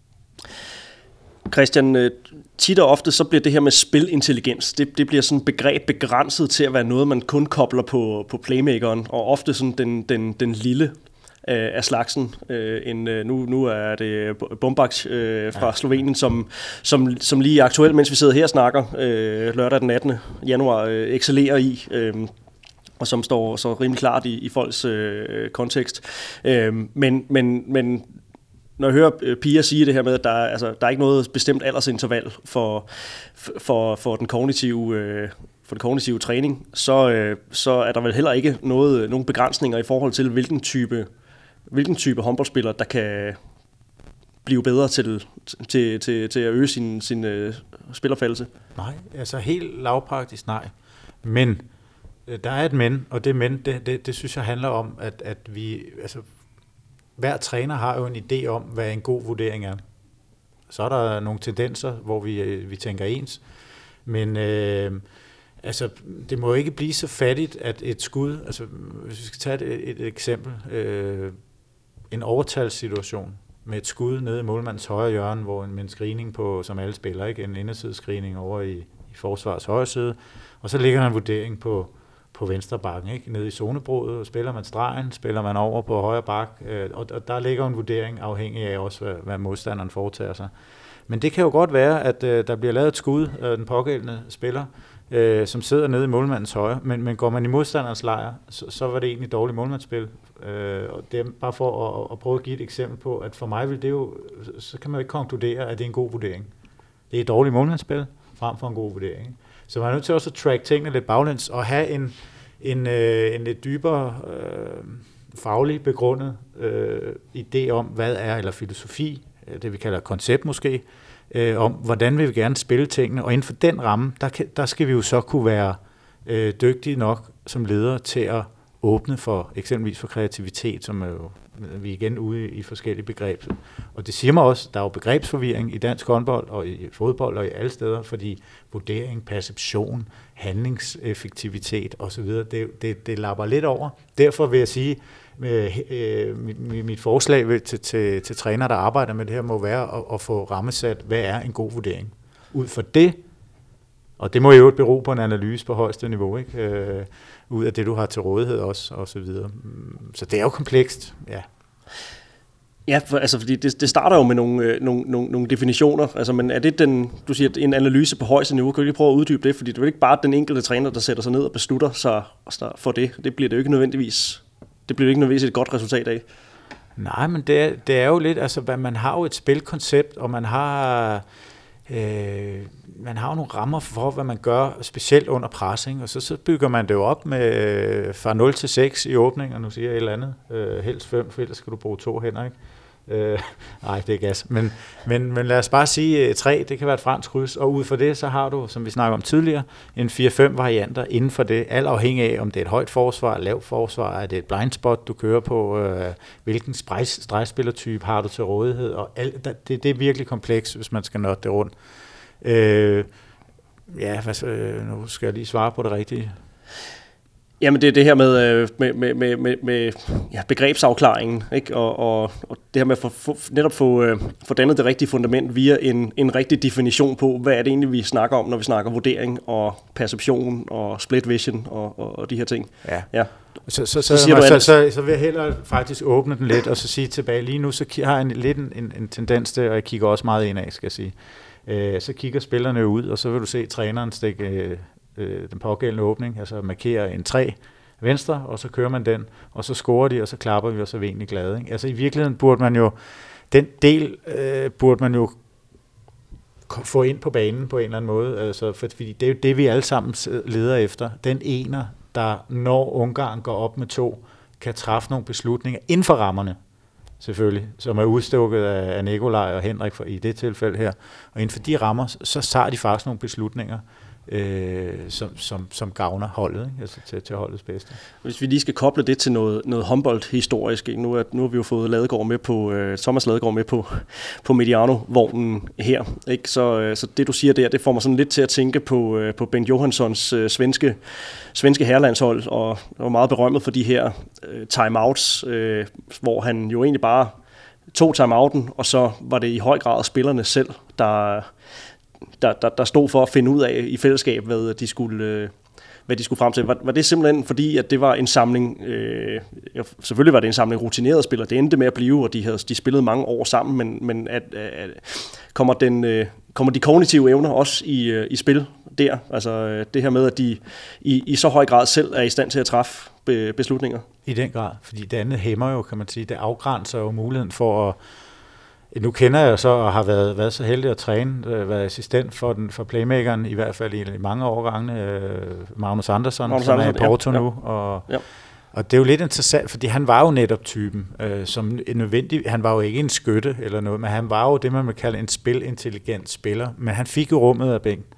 Christian, tit og ofte så bliver det her med spilintelligens, det, det bliver sådan et begreb begrænset til at være noget, man kun kobler på, på playmakeren, og ofte sådan den, den, den lille øh, af slagsen. Øh, en, øh, nu, nu er det Bombac øh, fra Slovenien, som, som, som lige aktuelt, mens vi sidder her og snakker, øh, lørdag den attende januar, øh, excellerer i, øh, og som står så rimelig klart i, i folks øh, kontekst. Øh, men, men, men når jeg hører Pia sige det her med, at der er, altså, der er ikke noget bestemt aldersinterval for, for, for, den, kognitive, øh, for den kognitive træning, så, øh, så er der vel heller ikke noget, nogen begrænsninger i forhold til, hvilken type, hvilken type håndboldspiller, der kan blive bedre til, til, til, til at øge sin, sin øh, spillerfældelse. Nej, altså helt lavpraktisk nej. Men der er et men, og det men, det, det, det synes jeg handler om, at, at vi... Altså, hver træner har jo en idé om, hvad en god vurdering er. Så er der nogle tendenser, hvor vi, vi tænker ens. Men øh, altså, det må ikke blive så fattigt, at et skud... Altså, hvis vi skal tage et, et eksempel. Øh, en overtalssituation med et skud nede i målmandens højre hjørne, hvor en, med en screening på, som alle spiller, ikke? En indersidescreening over i, i forsvarets højre side. Og så ligger der en vurdering på... på venstre bakken, ikke? Nede i zonebrudet, spiller man stregen, spiller man over på højre bak, øh, og, og der ligger en vurdering afhængig af også, hvad, hvad modstanderen foretager sig. Men det kan jo godt være, at øh, der bliver lavet et skud af den pågældende spiller, øh, som sidder nede i målmandens højre, men, men går man i modstanderens lejr, så, så var det egentlig dårligt målmandsspil. Øh, og det er bare for at, at prøve at give et eksempel på, at for mig vil det jo, så kan man jo ikke konkludere, at det er en god vurdering. Det er et dårligt målmandsspil, frem for en god vurdering. Så man er nødt til også at track tingene lidt baglæns og have en, en, øh, en lidt dybere øh, faglig begrundet øh, idé om, hvad er, eller filosofi, det vi kalder koncept måske, øh, om hvordan vil vi gerne spille tingene, og inden for den ramme, der, kan, der skal vi jo så kunne være øh, dygtige nok som ledere til at åbne for eksempelvis for kreativitet, som er jo, vi er igen ude i forskellige begreber. Og det siger mig også, der er jo begrebsforvirring i dansk håndbold og i fodbold og i alle steder, fordi vurdering, perception, handlingseffektivitet osv., det, det, det lapper lidt over. Derfor vil jeg sige, med, øh, mit, mit forslag til, til, til træner, der arbejder med det her, må være at, at få rammesat, hvad er en god vurdering. Ud for det, og det må jo bero på en analyse på højeste niveau, ikke? Øh, ud af det, du har til rådighed også, og så videre. Så det er jo komplekst, ja. Ja, for, altså fordi det, det starter jo med nogle, øh, nogle, nogle, nogle definitioner. Altså, men er det den, du siger, en analyse på højeste niveau? Kan du lige prøve at uddybe det? Fordi det er jo ikke bare den enkelte træner, der sætter sig ned og beslutter sig for det. Det bliver det jo ikke nødvendigvis. Det bliver jo ikke nødvendigvis et godt resultat af. Nej, men det er, det er jo lidt, altså man har jo et spilkoncept, og man har øh, man har jo nogle rammer for, hvad man gør, specielt under pressing, og så, så bygger man det jo op med øh, fra nul til seks i åbning, og nu siger jeg et eller andet, øh, helst fem, for ellers skal du bruge to hænder, ikke? Øh, nej, det er gas. Men, men, men lad os bare sige tre, det kan være et fransk kryds, og ud fra det, så har du, som vi snakker om tidligere, en fire fem varianter inden for det, alt afhængig af, om det er et højt forsvar, lavt forsvar, er det et blind spot, du kører på, øh, hvilken stregspillertype har du til rådighed, og alt, det, det er virkelig komplekst, hvis man skal nå det rundt. Øh, ja, hvad, øh, nu skal jeg lige svare på det rigtige. Jamen det er det her med, med, med, med, med, med ja, begrebsafklaringen, ikke? Og, og, og det her med at få, få, netop få, få dannet det rigtige fundament via en, en rigtig definition på, hvad er det egentlig, vi snakker om, når vi snakker vurdering og perception og split vision og, og, og de her ting. Ja. Ja. Så, så, så, så, så, så, så vil jeg hellere faktisk åbne den lidt og så sige tilbage. Lige nu så har jeg en, lidt en, en, en tendens til, og jeg kigger også meget indad, skal jeg sige. Øh, så kigger spillerne ud, og så vil du se træneren stikke øh, den pågældende åbning, altså markere en tre venstre, og så kører man den, og så scorer de, og så klapper vi, og så er vi egentlig glade. Ikke? Altså i virkeligheden burde man jo, den del øh, burde man jo få ind på banen på en eller anden måde, altså, fordi det er jo det, vi alle sammen leder efter. Den ener, der når Ungarn går op med to, kan træffe nogle beslutninger inden for rammerne, selvfølgelig, som er udstukket af Nikolaj og Henrik for, i det tilfælde her. Og inden for de rammer, så tager de faktisk nogle beslutninger, Øh, som, som, som gavner holdet, ikke? Altså til, til holdets bedste. Hvis vi lige skal koble det til noget, noget Humboldt-historisk, ikke? Nu, er, nu har vi jo fået Ladegaard med på, uh, Thomas Ladegaard med på, på Mediano-vognen her, ikke? Så, uh, så det du siger der, det får mig sådan lidt til at tænke på, uh, på Bengt Johanssons uh, svenske, svenske herrelandshold, og var meget berømmet for de her uh, timeouts, uh, hvor han jo egentlig bare tog timeouten, og så var det i høj grad spillerne selv, der Der, der, der stod for at finde ud af i fællesskab, hvad de skulle, hvad de skulle frem til. Var, var det simpelthen fordi, at det var en samling, øh, selvfølgelig var det en samling rutinerede spillere, det endte med at blive, og de, havde, de spillede mange år sammen, men, men at, at, kommer, den, øh, kommer de kognitive evner også i, øh, i spil der? Altså øh, det her med, at de i, i så høj grad selv er i stand til at træffe be, beslutninger? I den grad, fordi det andet hæmmer jo, kan man sige, det afgrænser jo muligheden for at. Nu kender jeg så og har været, været så heldig at træne, øh, været assistent for, den, for playmakeren, i hvert fald i, i mange årgange, øh, Magnus Andersson, Magnus som Andersen, er i Porto ja, nu. Ja. Og, ja. og det er jo lidt interessant, fordi han var jo netop typen, øh, som nødvendig, han var jo ikke en skytte eller noget, men han var jo det, man vil kalde en spilintelligent spiller, men han fik jo rummet af Bengt.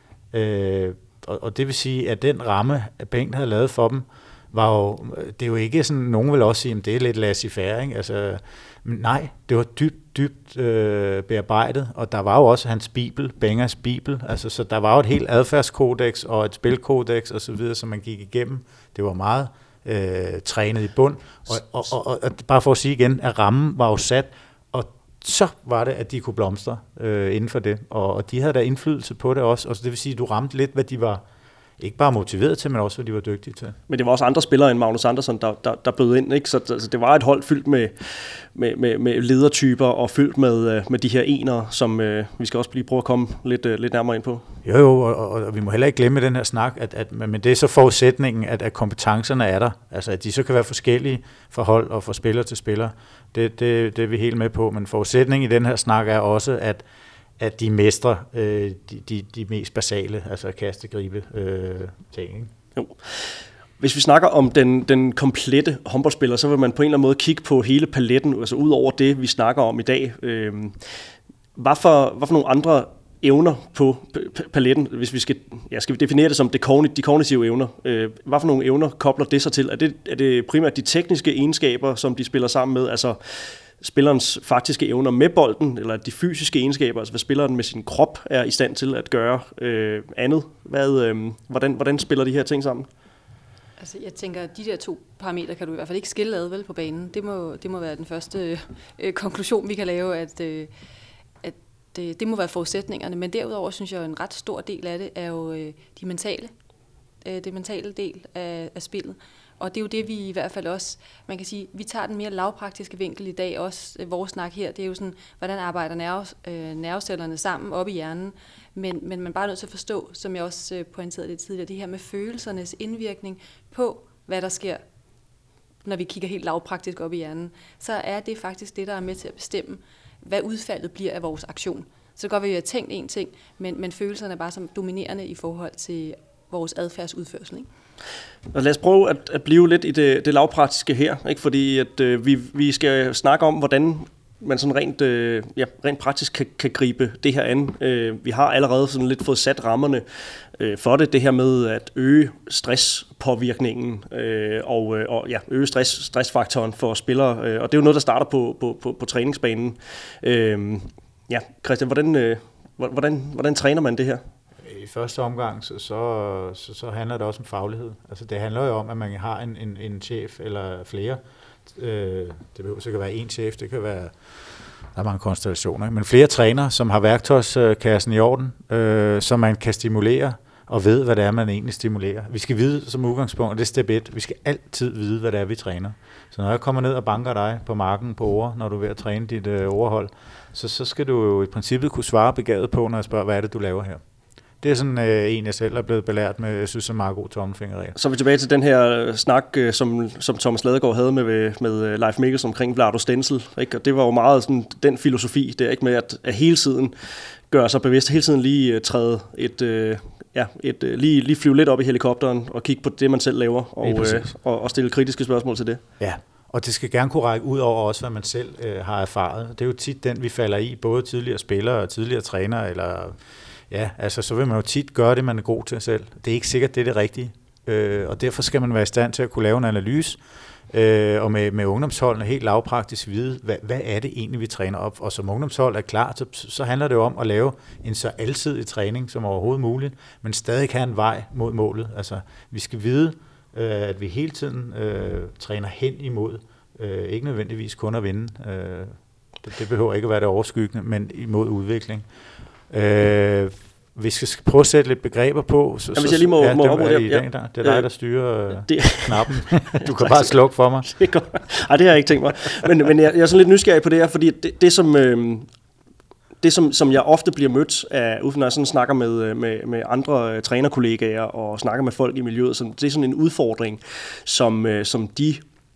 Øh, og, og det vil sige, at den ramme, at Bengt havde lavet for dem, var jo, det er jo ikke sådan, nogen vil også sige, at det er lidt laissez-faire, ikke? Altså, nej, det var dybt, dybt øh, bearbejdet, og der var jo også hans bibel, Bengers bibel, altså, så der var jo et helt adfærdskodex og et spilkodex og så videre, som man gik igennem. Det var meget øh, trænet i bund, og, og, og, og, og bare for at sige igen, at rammen var jo sat, og så var det, at de kunne blomstre øh, inden for det, og, og de havde der indflydelse på det også, og så det vil sige, at du ramte lidt, hvad de var ikke bare motiveret til, men også hvad de var dygtige til. Men det var også andre spillere end Magnus Andersson, der, der, der bød ind, ikke? Så altså, det var et hold fyldt med, med, med, med ledertyper og fyldt med, med de her enere, som øh, vi skal også lige prøve at komme lidt, øh, lidt nærmere ind på. Jo, jo, og, og, og vi må heller ikke glemme den her snak, at, at, men det er så forudsætningen, at, at kompetencerne er der. Altså, at de så kan være forskellige fra hold og fra spiller til spiller. Det, det, det er vi helt med på, men forudsætningen i den her snak er også, at at de mestrer øh, de, de, de mest basale, altså kaste-gribe øh, ting. Ikke? Jo. Hvis vi snakker om den, den komplette håndboldspiller, så vil man på en eller anden måde kigge på hele paletten, altså ud over det, vi snakker om i dag. Øh, hvad, for, hvad for nogle andre evner på paletten, hvis vi skal, ja, skal vi definere det som det kogn- de kognitive evner? Øh, hvad for nogle evner kobler det sig til? Er det, er det primært de tekniske egenskaber, som de spiller sammen med, altså spillerens faktiske evner med bolden, eller de fysiske egenskaber, altså hvad spilleren med sin krop er i stand til at gøre øh, andet? Hvad, øh, hvordan, hvordan spiller de her ting sammen? Altså, jeg tænker, at de der to parametre kan du i hvert fald ikke skille ad vel på banen. Det må, det må være den første øh, konklusion, vi kan lave, at, øh, at det, det må være forudsætningerne. Men derudover synes jeg, at en ret stor del af det er jo øh, de mentale, øh, det mentale del af, af spillet. Og det er jo det, vi i hvert fald også, man kan sige, vi tager den mere lavpraktiske vinkel i dag, også øh, vores snak her, det er jo sådan, hvordan arbejder nerve, øh, nervecellerne sammen op i hjernen, men, men man er bare nødt til at forstå, som jeg også øh, pointerede lidt tidligere, det her med følelsernes indvirkning på, hvad der sker, når vi kigger helt lavpraktisk op i hjernen, så er det faktisk det, der er med til at bestemme, hvad udfaldet bliver af vores aktion. Så det kan godt være, at vi har tænkt en ting, men, men følelserne er bare som dominerende i forhold til vores adfærdsudførsel, ikke? Og lad os prøve at, at blive lidt i det, det lavpraktiske her, ikke? Fordi at, øh, vi, vi skal snakke om, hvordan man sådan rent, øh, ja, rent praktisk kan, kan gribe det her an. Øh, vi har allerede sådan lidt fået sat rammerne øh, for det, det her med at øge stresspåvirkningen øh, og, øh, og ja, øge stress, stressfaktoren for spillere, øh, og det er jo noget, der starter på, på, på, på træningsbanen. Øh, ja, Christian, hvordan, øh, hvordan, hvordan træner man det her? I første omgang, så, så, så, så handler det også om faglighed. Altså det handler jo om, at man har en, en, en chef eller flere. Øh, det behøver så kan være en chef, det kan være, der er mange konstellationer, men flere trænere, som har værktøjskassen i orden, øh, så man kan stimulere og ved, hvad det er, man egentlig stimulerer. Vi skal vide som udgangspunkt, og det er step et, vi skal altid vide, hvad det er, vi træner. Så når jeg kommer ned og banker dig på marken på ord, når du er ved at træne dit øh, overhold, så, så skal du jo i princippet kunne svare begavet på, når jeg spørger, hvad er det, du laver her? Det er sådan øh, en, jeg selv er blevet belært med, jeg synes, er meget god tommelfingerregel. Så er vi tilbage til den her snak, øh, som, som Thomas Ladegaard havde med, med Leif Mikkelsen omkring Vlado Stenzel, ikke? Og det var jo meget sådan, den filosofi, det er ikke med at, at hele tiden gøre sig bevidst, hele tiden lige uh, træde et, uh, ja, et, uh, lige, lige flyve lidt op i helikopteren og kigge på det, man selv laver, og, uh, og, og stille kritiske spørgsmål til det. Ja, og det skal gerne kunne række ud over også, hvad man selv uh, har erfaret. Det er jo tit den, vi falder i, både tidligere spillere og tidligere trænere, eller... Ja, altså så vil man jo tit gøre det, man er god til selv. Det er ikke sikkert, det er det rigtige. Øh, og derfor skal man være i stand til at kunne lave en analyse, øh, og med, med ungdomsholdene helt lavpraktisk vide, hvad, hvad er det egentlig, vi træner op. Og som ungdomshold er klar, så, så handler det jo om at lave en så alsidig træning som overhovedet muligt, men stadig have en vej mod målet. Altså, vi skal vide, øh, at vi hele tiden øh, træner hen imod, øh, ikke nødvendigvis kun at vinde. Øh, det, det behøver ikke at være det overskyggende, men imod udvikling. Øh, vi skal prøve at sætte lidt begreber på. Så, ja, hvis jeg lige må, ja, må det, ja, det, ja. det er dig, der styrer øh, det, knappen. Du kan bare slukke for mig. Det Nej, det har jeg ikke tænkt mig. Men, men jeg, jeg er sådan lidt nysgerrig på det her, fordi det, det som... Øh, Det, som, som jeg ofte bliver mødt af, når jeg sådan snakker med, med, med andre trænerkollegaer og snakker med folk i miljøet, så det er sådan en udfordring, som, som de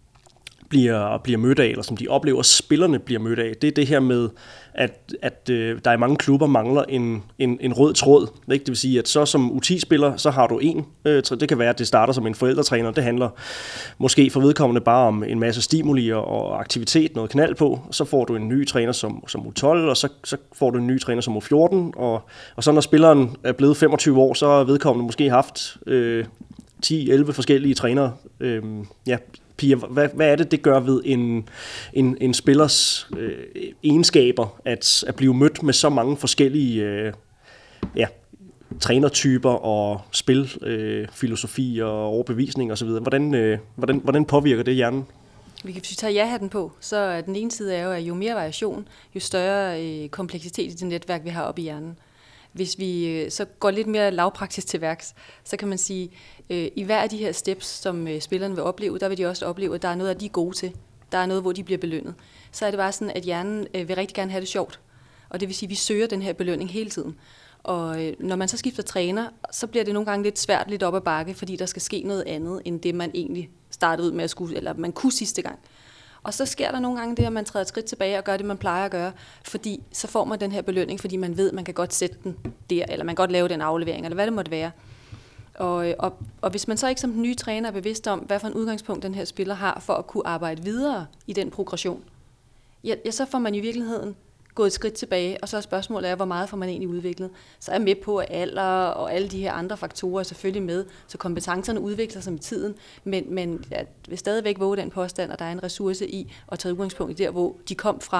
bliver, bliver mødt af, eller som de oplever, at spillerne bliver mødt af. Det er det her med, at, at øh, der i mange klubber mangler en, en, en rød tråd. Ikke? Det vil sige, at så som U ti-spiller, så har du en. Øh, det kan være, at det starter som en forældretræner. Det handler måske for vedkommende bare om en masse stimuli og aktivitet, noget knald på. Så får du en ny træner som, som U tolv, og så, så får du en ny træner som U fjorten. Og, og så når spilleren er blevet femogtyve år, så har vedkommende måske haft øh, ti elleve forskellige trænere. Øh, ja, Pia, hvad, hvad er det, det gør ved en, en, en spillers øh, egenskaber, at, at blive mødt med så mange forskellige øh, ja, trænertyper og spilfilosofi øh, og overbevisning osv.? Hvordan, øh, hvordan, hvordan påvirker det hjernen? Hvis vi tager ja-hatten på, så er den ene side er jo, at jo mere variation, jo større øh, kompleksitet i det netværk, vi har oppe i hjernen. Hvis vi øh, så går lidt mere lavpraktisk til værks, så kan man sige, øh, i hver af de her steps, som øh, spillerne vil opleve, der vil de også opleve, at der er noget, de er gode til. Der er noget, hvor de bliver belønnet. Så er det bare sådan, at hjernen øh, vil rigtig gerne have det sjovt. Og det vil sige, at vi søger den her belønning hele tiden. Og øh, når man så skifter træner, så bliver det nogle gange lidt svært, lidt op ad bakke, fordi der skal ske noget andet, end det man egentlig startede ud med at skulle, eller man kunne sidste gang. Og så sker der nogle gange det, at man træder et skridt tilbage og gør det, man plejer at gøre, fordi så får man den her belønning, fordi man ved, at man kan godt sætte den der, eller man kan godt lave den aflevering, eller hvad det måtte være. Og, og, og hvis man så ikke som den nye træner er bevidst om, hvad for en udgangspunkt den her spiller har for at kunne arbejde videre i den progression, ja, ja så får man i virkeligheden gået et skridt tilbage, og så er spørgsmålet er, hvor meget får man egentlig udviklet. Så er jeg med på, at alder og alle de her andre faktorer er selvfølgelig med, så kompetencerne udvikler sig med tiden, men, men jeg vil stadigvæk våge den påstand, at der er en ressource i at tage udgangspunkt i der, hvor de kom fra,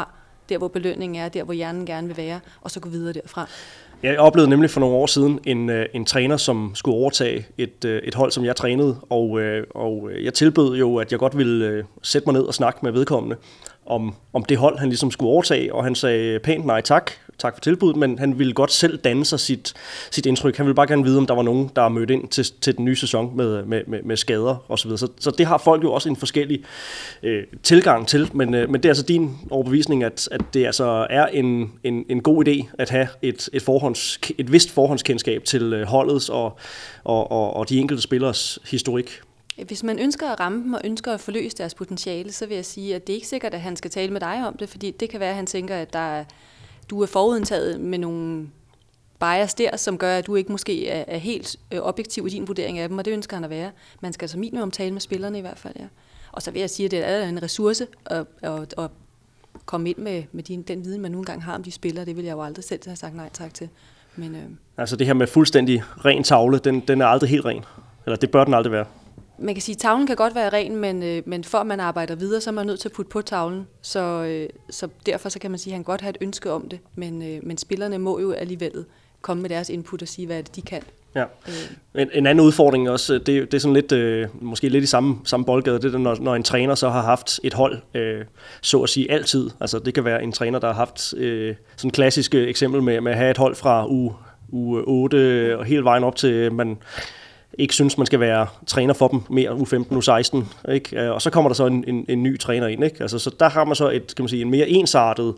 der hvor belønningen er, der hvor hjernen gerne vil være, og så gå videre derfra. Jeg oplevede nemlig for nogle år siden en, en træner, som skulle overtage et, et hold, som jeg trænede, og, og jeg tilbød jo, at jeg godt ville sætte mig ned og snakke med vedkommende om, om det hold, han ligesom skulle overtage, og han sagde pænt nej tak, tak for tilbuddet, men han ville godt selv danne sig sit, sit indtryk. Han ville bare gerne vide, om der var nogen, der er mødt ind til, til den nye sæson med, med, med, med skader osv. Så, så det har folk jo også en forskellig øh, tilgang til, men, øh, men det er altså din overbevisning, at, at det altså er en, en, en god idé at have et, et, forhånds, et vist forhåndskendskab til holdets og, og, og, og de enkelte spillers historik. Hvis man ønsker at ramme dem og ønsker at forløse deres potentiale, så vil jeg sige, at det er ikke sikkert, at han skal tale med dig om det, fordi det kan være, at han tænker, at der er, du er forudindtaget med nogle bias der, som gør, at du ikke måske er, er helt objektiv i din vurdering af dem, og det ønsker han at være. Man skal som minimum tale med spillerne i hvert fald, ja. Og så vil jeg sige, at det er en ressource at, at, at komme ind med, med din, den viden, man nu engang har om de spillere. Det vil jeg jo aldrig selv have sagt nej tak til. Men, øh, altså det her med fuldstændig ren tavle, den, den er aldrig helt ren. Eller det bør den aldrig være. Man kan sige, at tavlen kan godt være ren, men, øh, men for at man arbejder videre, så er man nødt til at putte på tavlen. Så, øh, så derfor så kan man sige, at han godt har et ønske om det, men, øh, men spillerne må jo alligevel komme med deres input og sige, hvad det de kan. Ja. Øh. En, en anden udfordring også, det, det er sådan lidt, øh, måske lidt i samme, samme boldgade, det er, når, når en træner så har haft et hold, øh, så at sige altid. Altså det kan være en træner, der har haft øh, sådan et klassisk eksempel med, med at have et hold fra uge, uge otte og hele vejen op til, man ikke synes, man skal være træner for dem mere, uge femten, uge seksten, ikke? Og så kommer der så en, en, en ny træner ind, ikke? Altså, så der har man så et, kan man sige, en mere ensartet,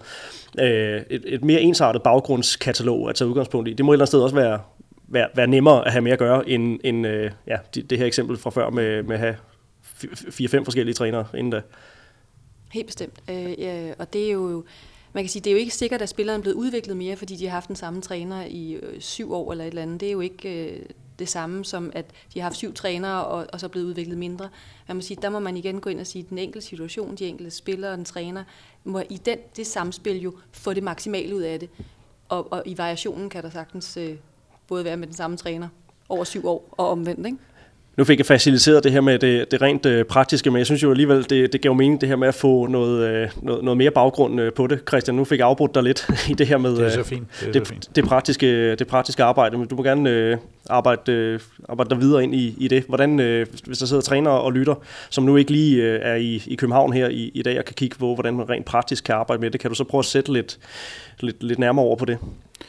øh, et, et mere ensartet baggrundskatalog at tage udgangspunkt i. Det må et eller andet sted også være, være, være nemmere at have mere at gøre, end, end øh, ja, det, det her eksempel fra før med, med at have fire-fem forskellige trænere inden da. Helt bestemt. Øh, ja, og det er jo, man kan sige, det er jo ikke sikkert, at spilleren er blevet udviklet mere, fordi de har haft den samme træner i øh, syv år eller et eller andet. Det er jo ikke øh, det samme som, at de har haft syv trænere og, og så er blevet udviklet mindre. Man må sige, der må man igen gå ind og sige, at den enkelte situation, de enkelte spillere og den træner, må i den, det samspil jo få det maksimale ud af det. Og, og i variationen kan der sagtens øh, både være med den samme træner over syv år og omvendt, ikke? Nu fik jeg faciliteret det her med det, det rent øh, praktiske, men jeg synes jo alligevel, det, det gav mening det her med at få noget, øh, noget, noget mere baggrund øh, på det. Christian, nu fik jeg afbrudt dig lidt i det her med det, er så fint. Det, er det, så fint. det, praktiske, det praktiske arbejde, men du må gerne øh, arbejde, øh, arbejde dig videre ind i, i det. Hvordan, øh, hvis der sidder trænere og lytter, som nu ikke lige øh, er i, i København her i, i dag og kan kigge på, hvordan man rent praktisk kan arbejde med det, kan du så prøve at sætte lidt, lidt, lidt nærmere over på det?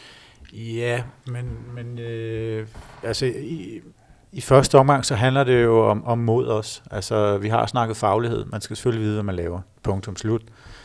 Ja, men, men øh, altså... I I første omgang, så handler det jo om, om mod os. Altså, vi har snakket faglighed. Man skal selvfølgelig vide, hvad man laver. Punktum slut.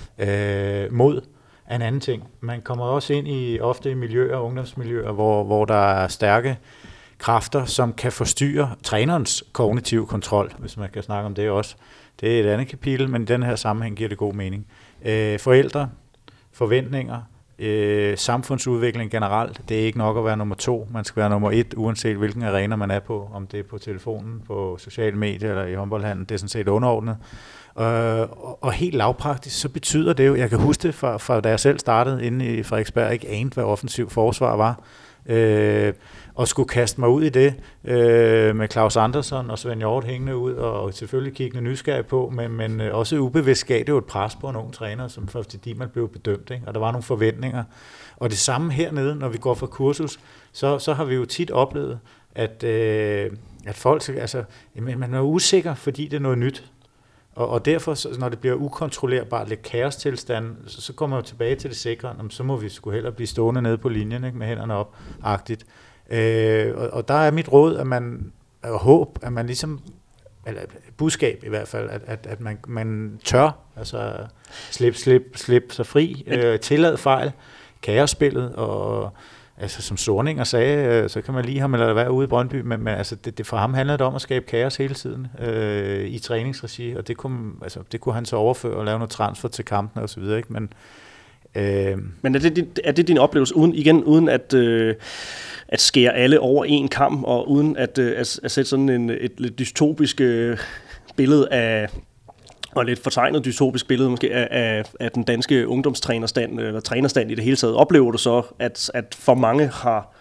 Øh, mod er en anden ting. Man kommer også ind i ofte i miljøer, ungdomsmiljøer, hvor, hvor der er stærke kræfter, som kan forstyrre trænerens kognitive kontrol, hvis man kan snakke om det også. Det er et andet kapitel, men i den her sammenhæng giver det god mening. Øh, forældre, forventninger, Øh, samfundsudvikling generelt, det er ikke nok at være nummer to, man skal være nummer et, uanset hvilken arena man er på, om det er på telefonen, på sociale medier eller i håndboldhandlen, det er sådan set underordnet. Øh, og, og helt lavpraktisk, så betyder det jo, jeg kan huske det fra, fra da jeg selv startede inde i Frederiksberg, ikke anede, hvad offensiv forsvar var, øh, og skulle kaste mig ud i det øh, med Claus Andersson og Svend Hjort hængende ud, og, og selvfølgelig kiggende nysgerrig på, men, men også ubevidst gav det jo et pres på en ung træner, som fordi man blev bedømt, ikke? Og der var nogle forventninger. Og det samme hernede, når vi går fra kursus, så, så har vi jo tit oplevet, at, øh, at folk, altså, man er usikker, fordi det er noget nyt. Og, og derfor, når det bliver ukontrollerbart, lidt kaostilstand, så, så kommer man jo tilbage til det sikre, så må vi sgu hellere blive stående nede på linjen, ikke, med hænderne op-agtigt. Øh, og, og der er mit råd, at man, og håb, at man ligesom, eller budskab i hvert fald, at, at, at man, man tør, altså slip, slip, slip sig fri, øh, tillade fejl, kaosspillet, og altså som Sorninger sagde, så kan man lige ham eller være ude i Brøndby, men, men altså det, det for ham handlede det om at skabe kaos hele tiden øh, i træningsregi, og det kunne, altså, det kunne han så overføre og lave noget transfer til kampene og så videre, ikke? Men, øh, men er det, er det din oplevelse, uden, igen, uden at, øh, at skære alle over en kam, og uden at, øh, at, at sætte sådan en, et lidt dystopisk øh, billede af, og lidt fortegnet dystopisk billede måske af, af, af den danske ungdomstrænerstand, eller trænerstand i det hele taget, oplever du så, at, at for mange har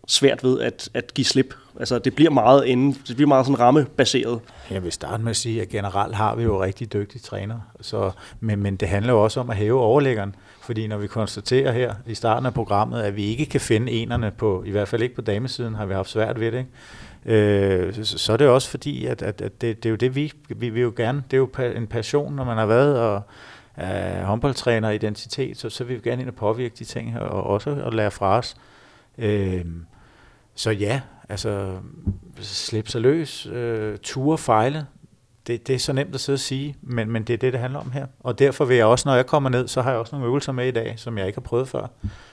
svært ved at, at give slip? Altså, det bliver meget inden, det bliver meget sådan rammebaseret. Jeg vil starte med at sige, at generelt har vi jo rigtig dygtige trænere, så, men, men det handler jo også om at hæve overlæggeren, fordi når vi konstaterer her i starten af programmet, at vi ikke kan finde enerne på, i hvert fald ikke på damesiden, har vi haft svært ved det, ikke? Øh, så, så er det også fordi, at, at, at det, det er jo det, vi, vi vil jo gerne, det er jo en passion, når man har været og er håndboldtræner identitet, så, så vil vi gerne ind og påvirke de ting, og også at lære fra os. Øh, så ja, altså slippe sig løs, øh, ture fejle, det, det er så nemt at sidde og sige, men, men det er det, det handler om her. Og derfor vil jeg også, når jeg kommer ned, så har jeg også nogle øvelser med i dag, som jeg ikke har prøvet før,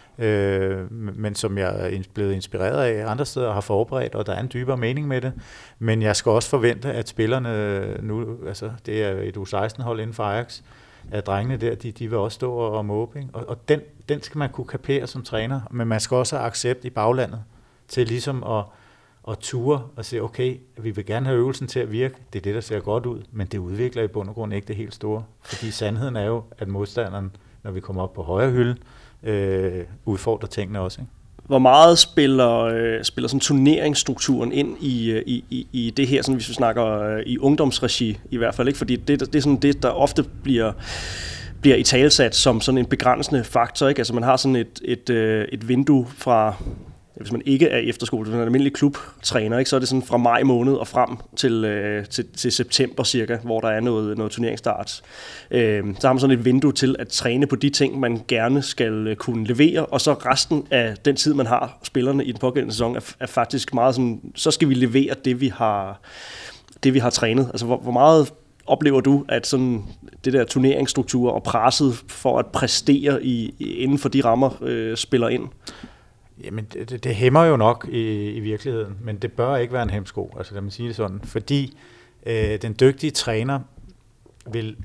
øh, men som jeg er blevet inspireret af andre steder og har forberedt, og der er en dybere mening med det. Men jeg skal også forvente, at spillerne nu, altså det er et U seksten hold inden for Ajax, at drengene der, de, de vil også stå og måbe, ikke? Og, og den, den skal man kunne kapere som træner, men man skal også have accept i baglandet til ligesom at og ture og sige, okay, vi vil gerne have øvelsen til at virke, det er det, der ser godt ud, men det udvikler i bund og grund ikke det helt store. Fordi sandheden er jo, at modstanderen, når vi kommer op på højre hylde, øh, udfordrer tingene også, ikke? Hvor meget spiller, øh, spiller sådan turneringsstrukturen ind i, i, i, i det her, sådan, hvis vi snakker øh, i ungdomsregi i hvert fald, ikke? Fordi det, det er sådan det, der ofte bliver, bliver italesat som sådan en begrænsende faktor, ikke? Altså man har sådan et, et, øh, et vindue fra, hvis man ikke er efterskole, hvis man er en almindelig klubtræner, ikke, så er det sådan fra maj måned og frem til, øh, til, til september cirka, hvor der er noget, noget turneringsstart. Øh, så har man sådan et vindue til at træne på de ting, man gerne skal kunne levere, og så resten af den tid, man har spillerne i den pågældende sæson, er, er faktisk meget sådan, så skal vi levere det, vi har, det, vi har trænet. Altså hvor, hvor meget oplever du, at sådan det der turneringsstruktur og presset for at præstere i, inden for de rammer øh, spiller ind? Jamen, det, det, det hæmmer jo nok i, i virkeligheden, men det bør ikke være en hæmsko, altså lad mig sige det sådan, fordi øh, den dygtige træner vil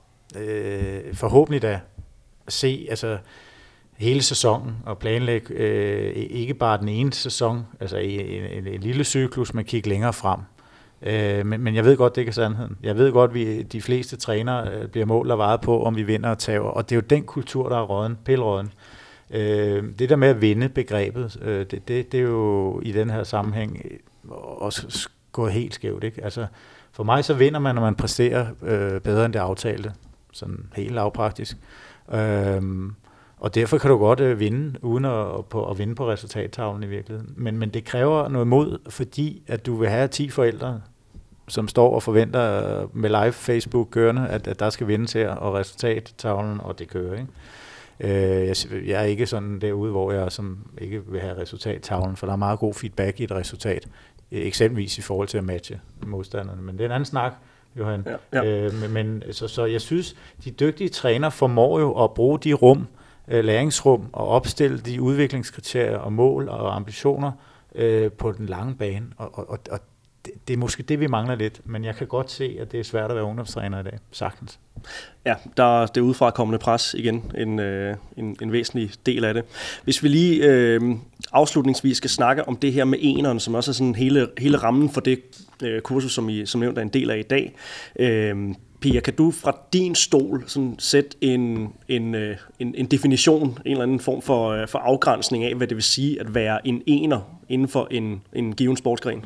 øh, forhåbentlig da se altså, hele sæsonen og planlægge øh, ikke bare den ene sæson, altså en, en, en lille cyklus, men kigge længere frem. Øh, men, men jeg ved godt, det ikke er sandheden. Jeg ved godt, at de fleste trænere øh, bliver målt og vejet på, om vi vinder og taber, og det er jo den kultur, der er råden, pilråden. Øh, det der med at vinde begrebet, øh, det, det, det er jo i den her sammenhæng også gået helt skævt, ikke? Altså, for mig så vinder man, når man præsterer øh, bedre end det aftalte, sådan helt lavpraktisk. Øh, og derfor kan du godt øh, vinde, uden at, på, at vinde på resultattavlen i virkeligheden. Men, men det kræver noget mod, fordi at du vil have ti forældre, som står og forventer med live Facebook kørende, at, at der skal vindes her, og resultattavlen, og det kører, ikke? Jeg, jeg er ikke sådan derude, hvor jeg som ikke vil have resultattavlen, for der er meget god feedback i et resultat, eksempelvis i forhold til at matche modstanderne. Men det er en anden snak, Johan. Ja, ja. Øh, men, så, så jeg synes, de dygtige træner formår jo at bruge de rum, læringsrum, og opstille de udviklingskriterier og mål og ambitioner øh, på den lange bane. Og, og, og det, det er måske det, vi mangler lidt, men jeg kan godt se, at det er svært at være ungdomstræner i dag, sagtens. Ja, der er det udefrakommende pres igen, en, øh, en, en væsentlig del af det. Hvis vi lige øh, afslutningsvis skal snakke om det her med eneren, som også er sådan hele, hele rammen for det øh, kursus, som I som nævnt er en del af i dag. Øh, Pia, kan du fra din stol sådan sætte en, en, øh, en, en definition, en eller anden form for, øh, for afgrænsning af, hvad det vil sige at være en ener inden for en, en given sportsgren?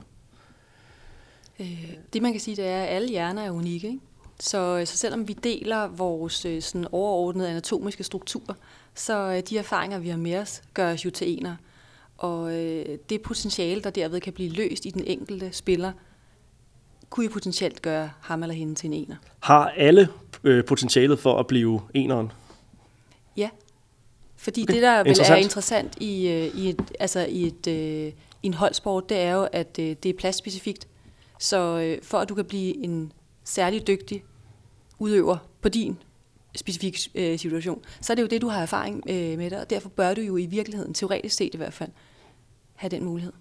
Øh, det man kan sige, det er, at alle hjerner er unikke, ikke? Så, så selvom vi deler vores sådan overordnede anatomiske struktur, så de erfaringer, vi har med os, gør os jo til ener. Og øh, det potentiale, der derved kan blive løst i den enkelte spiller, kunne jo potentielt gøre ham eller hende til en ener. Har alle øh, potentialet for at blive eneren? Ja, fordi okay. det, der vel er interessant i, øh, i, et, altså i, et, øh, i en holdsport, det er jo, at øh, det er pladsspecifikt. Så øh, for at du kan blive en særlig dygtig udøver på din specifikke øh, situation, så er det jo det, du har erfaring øh, med dig, og derfor bør du jo i virkeligheden, teoretisk set i hvert fald, have den mulighed.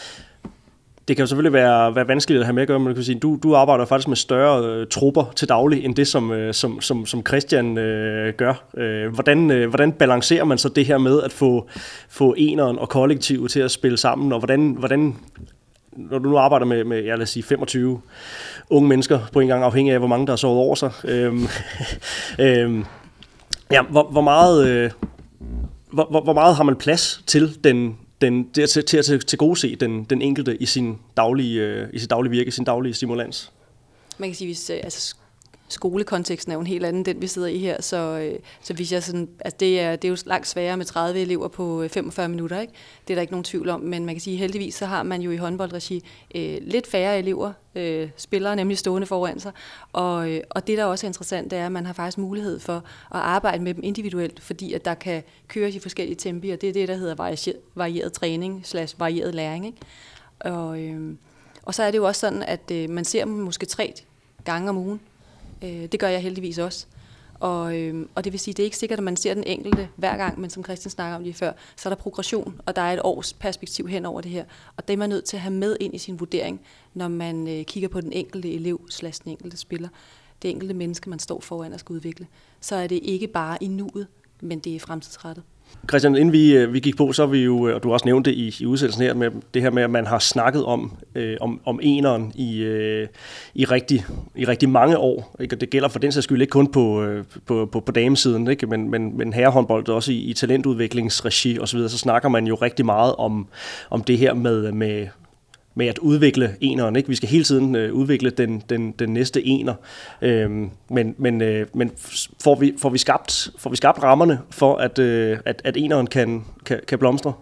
Det kan jo selvfølgelig være, være vanskeligt at have med at gøre, men du kan sige, du, du arbejder faktisk med større øh, trupper til daglig, end det, som, øh, som, som, som Christian øh, gør. Øh, hvordan, øh, hvordan balancerer man så det her med at få, få eneren og kollektivet til at spille sammen, og hvordan, hvordan når du nu arbejder med, med ja, lad os sige, femogtyve unge mennesker på en gang, afhængig af, hvor mange der har sovet over sig. Øhm, øhm, ja, hvor, hvor, meget, øh, hvor, hvor meget har man plads til den den, det er til, til at tilgodese den, den enkelte i sin daglige, øh, i sit daglige virke, i sin daglige stimulans. Man kan sige, hvis altså, skolekonteksten er jo en helt anden, den vi sidder i her, så, øh, så hvis jeg sådan, altså det er, det er jo langt sværere med tredive elever på femogfyrre minutter, ikke? Det er der ikke nogen tvivl om, men man kan sige, heldigvis så har man jo i håndboldregi øh, lidt færre elever, øh, spillere nemlig stående foran sig, og, øh, og det der også er interessant, det er, at man har faktisk mulighed for at arbejde med dem individuelt, fordi at der kan køres i forskellige tempi, og det er det, der hedder varieret, varieret træning slash varieret læring, ikke? Og, øh, og så er det jo også sådan, at øh, man ser dem måske tre gange om ugen. Det gør jeg heldigvis også. Og, øh, og det vil sige, det er ikke sikkert, at man ser den enkelte hver gang, men som Christian snakker om lige før, så er der progression, og der er et års perspektiv hen over det her. Og det er man nødt til at have med ind i sin vurdering, når man øh, kigger på den enkelte elev slash den enkelte spiller. Det enkelte menneske, man står foran og skal udvikle. Så er det ikke bare i nuet, men det er fremtidsrettet. Christian, inden vi, vi gik på, så har vi jo, og du har også nævnt det i, i udsendelsen her, med det her med, at man har snakket om, øh, om, om eneren i, øh, i, rigtig, i rigtig mange år. Ikke? Og det gælder for den sags skyld ikke kun på, øh, på, på, på damesiden, ikke? Men, men, men herrehåndbold også i, i talentudviklingsregi osv., så, så snakker man jo rigtig meget om, om det her med, med med at udvikle eneren, ikke? Vi skal hele tiden øh, udvikle den, den, den næste ener, øhm, men, men, øh, men får, vi, får, vi skabt, får vi skabt rammerne for, at, øh, at, at eneren kan, kan, kan blomstre?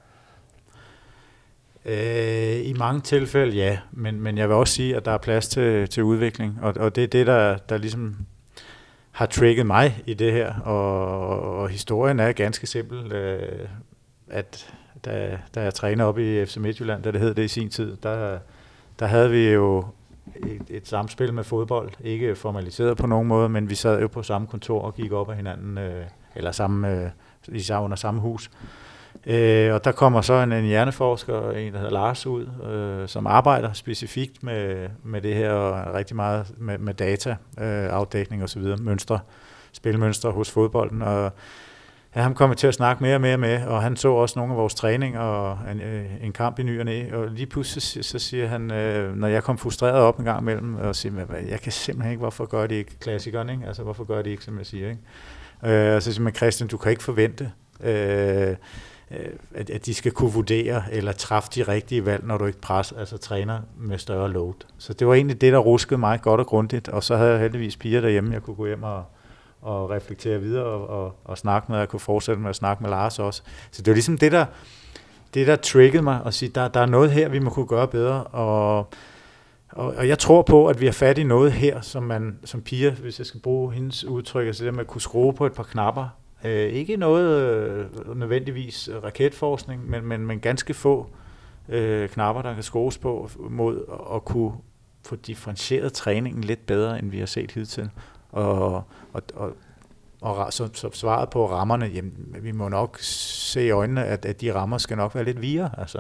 Øh, I mange tilfælde, ja, men, men jeg vil også sige, at der er plads til, til udvikling, og, og det er det, der, der ligesom har trigget mig i det her, og, og historien er ganske simpel, øh, at Da, da jeg træner op i F C Midtjylland, da det hed det i sin tid, der, der havde vi jo et, et samspil med fodbold. Ikke formaliseret på nogen måde, men vi sad jo på samme kontor og gik op af hinanden, øh, eller samme, øh, især under samme hus. Øh, og der kommer så en, en hjerneforsker, en der hedder Lars, ud, øh, som arbejder specifikt med, med det her, og rigtig meget med, med data, øh, afdækning osv., mønstre, spilmønstre hos fodbolden, og ja, han kom til at snakke mere og mere med, og han så også nogle af vores træninger og en, en kamp i ny og næ, og lige pludselig så siger han, øh, når jeg kom frustreret op en gang imellem, og siger, jeg kan simpelthen ikke, hvorfor gør de ikke klassikeren, ikke? Altså, hvorfor gør de ikke, som jeg siger, ikke? Øh, og så siger man, Christian, du kan ikke forvente, øh, at, at de skal kunne vurdere eller træffe de rigtige valg, når du ikke presser, altså træner med større load. Så det var egentlig det, der ruskede mig godt og grundigt, og så havde jeg heldigvis piger derhjemme, jeg kunne gå hjem og og reflektere videre og, og, og snakke med, og jeg kunne fortsætte med at snakke med Lars også. Så det var ligesom det, der, det, der triggede mig, at sige, der, der er noget her, vi må kunne gøre bedre, og, og, og jeg tror på, at vi har fat i noget her, som man som piger, hvis jeg skal bruge hendes udtryk, altså det med at kunne skrue på et par knapper. Øh, ikke noget øh, nødvendigvis raketforskning, men, men, men ganske få øh, knapper, der kan skrues på mod at, at kunne få differentieret træningen lidt bedre, end vi har set hidtil. Og, og, og, og så, så svaret på rammerne, jamen, vi må nok se i øjnene, at, at de rammer skal nok være lidt videre. Altså.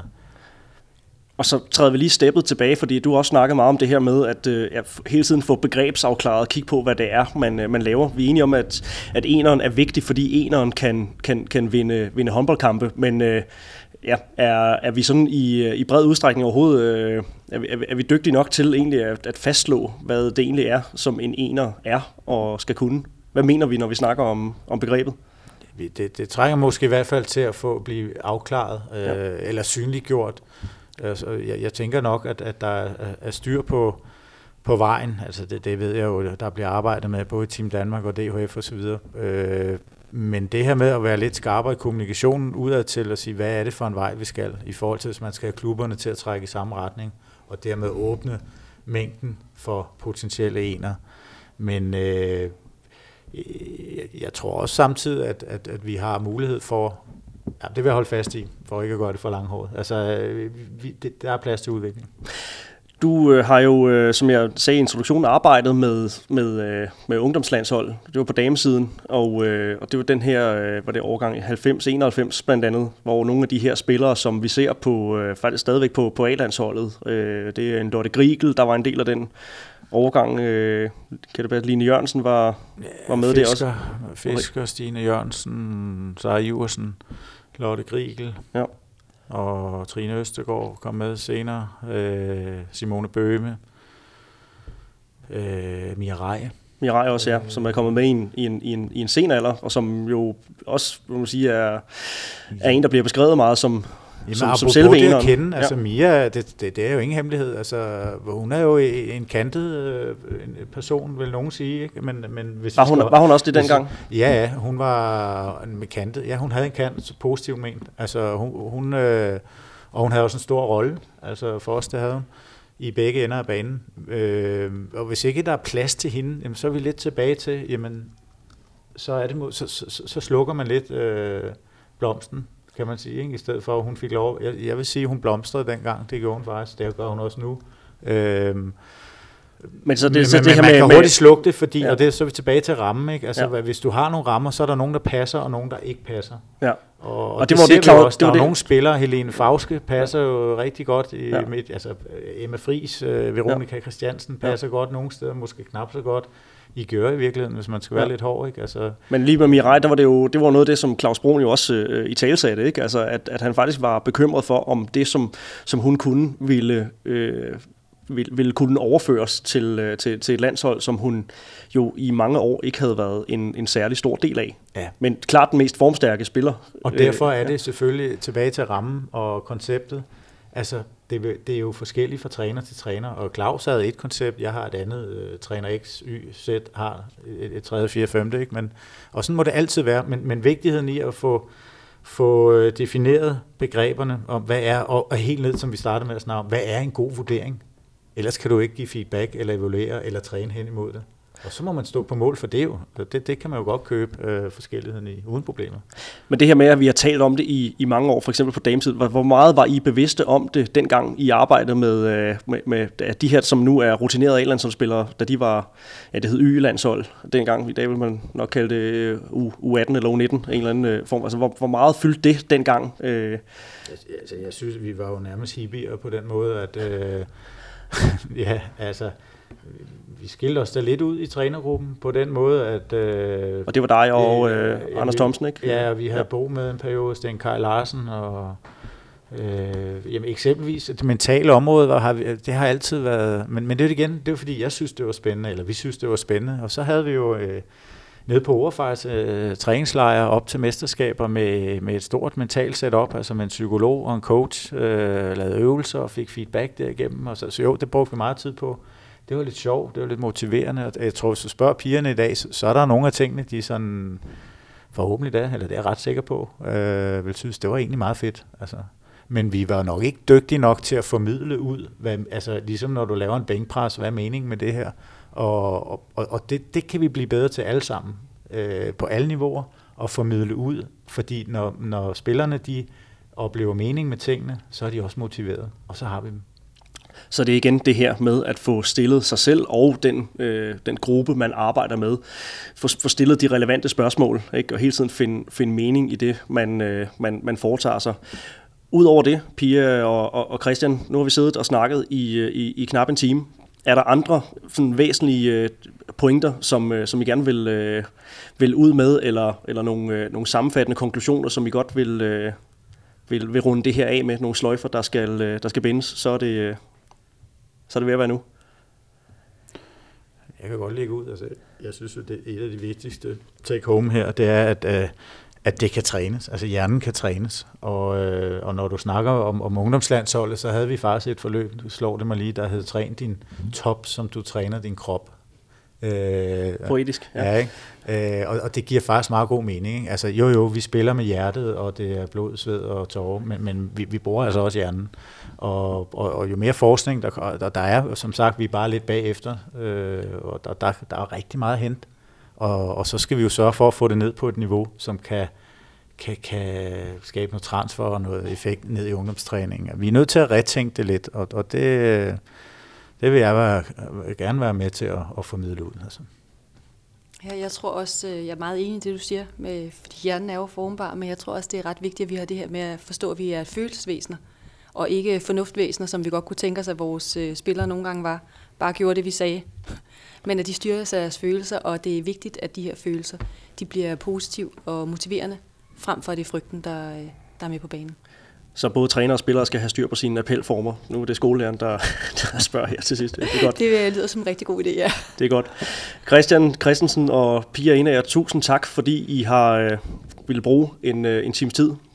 Og så træder vi lige steppet tilbage, fordi du også snakkede meget om det her med, at øh, hele tiden få begrebsafklaret, kigge på, hvad det er, man, man laver. Vi er enige om, at, at eneren er vigtig, fordi eneren kan, kan, kan vinde, vinde håndboldkampe, men øh, ja, er, er vi sådan i, i bred udstrækning overhovedet, øh, er, vi, er vi dygtige nok til egentlig at, at fastslå, hvad det egentlig er, som en ener er og skal kunne? Hvad mener vi, når vi snakker om, om begrebet? Det, det trænger måske i hvert fald til at få blive afklaret øh, ja. eller synliggjort. Altså, jeg, jeg tænker nok, at, at der er, er styr på, på vejen. Altså det, det ved jeg jo, der bliver arbejdet med både Team Danmark og D H F osv. Øh, men det her med at være lidt skarpere i kommunikationen udad til at sige, hvad er det for en vej, vi skal, i forhold til, hvis man skal have klubberne til at trække i samme retning, og dermed åbne mængden for potentielle ener. Men øh, jeg tror også samtidig, at, at, at vi har mulighed for, ja, det vil jeg holde fast i, for ikke at gøre det for langhåret. Altså, vi, det, der er plads til udvikling. Du øh, har jo, øh, som jeg sagde i introduktionen, arbejdet med, med, øh, med ungdomslandshold. Det var på damesiden, og, øh, og det var den her, øh, var det årgang halvfems enoghalvfems blandt andet, hvor nogle af de her spillere, som vi ser på, øh, faktisk stadigvæk på, på A-landsholdet, øh, det er en Lotte Griegel, der var en del af den overgang. Øh, kan det være, at Line Jørgensen var, var med Fisker, der også? Fisker, Stine Jørgensen, Sara Iversen, Lotte Griegel. Ja. Og Trine Østergaard kom med senere, øh, Simone Bøhme, øh, Mia Rej. Mia Rej også, ja, som er kommet med i en, i en, i en, i en sen alder, og som jo også, må man sige, er, er en, der bliver beskrevet meget som Jamen, som, som selve eneren. Det at kende, altså ja. Mia, det, det, det er jo ingen hemmelighed. Altså, hun er jo en kantet øh, en person, vil nogen sige. Ikke? Men, men hvis var, hun, skal, var hun også det dengang? Ja, hun var med kantet. Ja, hun havde en kant, så positivt ment. Altså, hun, hun, øh, og hun havde også en stor rolle. Altså, for os, det havde hun. I begge ender af banen. Øh, og hvis ikke der er plads til hende, jamen, så er vi lidt tilbage til, jamen, så, er det, så, så, så slukker man lidt øh, blomsten, kan man sige, ikke? I stedet for, at hun fik lov. Jeg, jeg vil sige, at hun blomstrede dengang. Det gjorde hun faktisk. Det gør hun også nu. Øh, men så det, men, så det men her man med, kan hurtigt slukke det, fordi, ja. og det er så er vi tilbage til rammen, ikke? Altså, ja. Hvis du har nogle rammer, så er der nogen, der passer, og nogen, der ikke passer. Ja. Og, og, og det, det var ser det klart, også. Der er det. Nogle spillere, Helene Fauske, passer ja. jo rigtig godt. I, ja. med, altså, Emma Friis, uh, Veronica ja. Christiansen passer ja. godt nogle steder, måske knap så godt. I gør i virkeligheden, hvis man skal være ja. lidt hård, ikke? Altså. Men lige med Mirai, der var det jo det var noget af det, som Claus Broen jo også øh, i tale sagde, ikke? Altså, at, at han faktisk var bekymret for, om det, som, som hun kunne, ville, øh, ville, ville kunne overføres til, øh, til, til et landshold, som hun jo i mange år ikke havde været en, en særlig stor del af. Ja. Men klart den mest formstærke spiller. Og derfor er det selvfølgelig tilbage til rammen og konceptet. Altså, det, det er jo forskelligt fra træner til træner, og Claus havde et koncept, jeg har et andet, øh, træner X, Y, Z har et, et tredje, fjerde, femte, ikke? Men, og sådan må det altid være, men, men vigtigheden i at få, få defineret begreberne om, hvad er, og, og helt ned, som vi startede med at snakke om, hvad er en god vurdering? Ellers kan du ikke give feedback, eller evaluere, eller træne hen imod det. Og så må man stå på mål for det jo. Det, det kan man jo godt købe øh, forskelligheden i, uden problemer. Men det her med, at vi har talt om det i, i mange år, for eksempel på dametid, hvor meget var I bevidste om det dengang I arbejdede med, med, med de her, som nu er rutinerede A-landsholdsspillere, da de var, ja det hed Y-landshold dengang, i dag vil man nok kalde det U atten eller U nitten, en eller anden form. Altså hvor, hvor meget fyldte det dengang? Øh? Altså, jeg synes, vi var jo nærmest hippier på den måde, at øh, ja, altså vi skilte os da lidt ud i trænergruppen på den måde, at... Øh, og det var dig og øh, ja, Anders Thomsen, ikke? Ja, og vi havde ja. Bo med en periode, Sten Kaj Larsen, og øh, jamen eksempelvis det mentale område, var, har vi, det har altid været... Men, men det er igen, det var fordi, jeg synes, det var spændende, eller vi synes, det var spændende, og så havde vi jo... Øh, nede på Overfejs øh, træningslejre op til mesterskaber med, med et stort mentalt setup, altså med en psykolog og en coach, øh, lavede øvelser og fik feedback derigennem, og så, så jo, det brugte vi meget tid på. Det var lidt sjovt, det var lidt motiverende, og jeg tror, hvis du spørger pigerne i dag, så, så er der nogle af tingene, de sådan forhåbentlig da, eller det er jeg ret sikker på, øh, vil synes, det var egentlig meget fedt. Altså. Men vi var nok ikke dygtige nok til at formidle ud, hvad, altså ligesom når du laver en bænkpres, hvad er meningen med det her? Og, og, og det, det kan vi blive bedre til alle sammen, øh, på alle niveauer, og formidle ud, fordi når, når spillerne de oplever mening med tingene, så er de også motiveret, og så har vi dem. Så det er igen det her med at få stillet sig selv og den, øh, den gruppe, man arbejder med, få, få stillet de relevante spørgsmål, ikke? Og hele tiden finde, finde mening i det, man, øh, man, man foretager sig. Udover det, Pia og, og, og Christian, nu har vi siddet og snakket i, i, i knap en time. Er der andre sådan væsentlige pointer, som, som I gerne vil, vil ud med, eller, eller nogle, nogle sammenfattende konklusioner, som I godt vil, vil, vil runde det her af med, nogle sløjfer, der skal, der skal bindes, så er, det, så er det ved at være nu? Jeg kan godt lægge ud. Altså, jeg synes, at det er et af de vigtigste take home her, det er, at at det kan trænes, altså hjernen kan trænes, og, øh, og når du snakker om, om ungdomslandsholdet, så havde vi faktisk et forløb, du slår det mig lige, der hed træn din top, som du træner din krop. Øh, Poetisk. Ja, ja ikke? Øh, og, og det giver faktisk meget god mening, ikke? Altså jo jo, vi spiller med hjertet, og det er blod, sved og tårer, men, men vi, vi bruger altså også hjernen, og, og, og jo mere forskning, der, der, der er, som sagt, vi er bare lidt bagefter, øh, og der, der, der er rigtig meget at hente. Og, og så skal vi jo sørge for at få det ned på et niveau, som kan, kan, kan skabe noget transfer og noget effekt ned i ungdomstræningen. Vi er nødt til at retænke det lidt, og, og det, det vil jeg være, gerne være med til at, at formidle ud. Altså. Ja, jeg tror også, jeg er meget enig i det, du siger, med, fordi hjernen er jo formbar, men jeg tror også, det er ret vigtigt, at vi har det her med at forstå, at vi er følelsesvæsener, og ikke fornuftvæsener, som vi godt kunne tænke os, at vores spillere nogle gange var, bare gjorde det, vi sagde. Men at de styrer sig deres følelser, og det er vigtigt, at de her følelser de bliver positive og motiverende, frem for det frygten, der, der er med på banen. Så både træner og spillere skal have styr på sine appelformer. Nu er det skolelæreren, der, der spørger her til sidst. Det er godt. Det lyder som en rigtig god idé, ja. Det er godt. Christian Christensen og Pia Enager, tusind tak, fordi I har øh, ville bruge en, øh, en times tid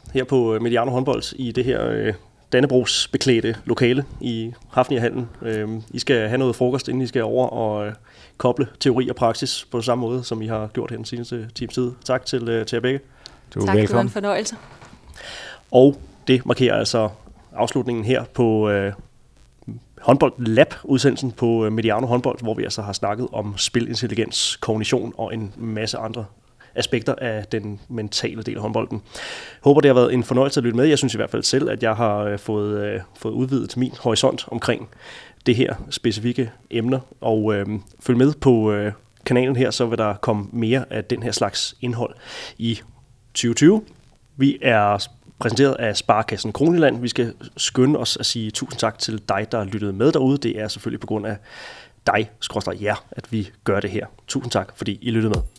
her på Mediano Håndbold i det her øh, Dannebrogs beklædte lokale i Hafnia-hallen. Øh, I skal have noget frokost, inden I skal over og øh, koble teori og praksis på samme måde, som I har gjort her den seneste times tid. Tak til, øh, til jer begge. Du er tak, velkommen. det var en fornøjelse. Og det markerer altså afslutningen her på øh, Håndbold Lab-udsendelsen på Mediano Håndbold, hvor vi altså har snakket om spilintelligens, kognition og en masse andre aspekter af den mentale del af håndbolden. Håber, det har været en fornøjelse at lytte med. Jeg synes i hvert fald selv, at jeg har øh, fået, øh, fået udvidet min horisont omkring det her specifikke emner. Og øh, følg med på øh, kanalen her, så vil der komme mere af den her slags indhold i tyve tyve. Vi er præsenteret af Sparekassen Kronjylland. Vi skal skynde os at sige tusind tak til dig, der lyttede med derude. Det er selvfølgelig på grund af dig, skråstreg jer, at vi gør det her. Tusind tak, fordi I lyttede med.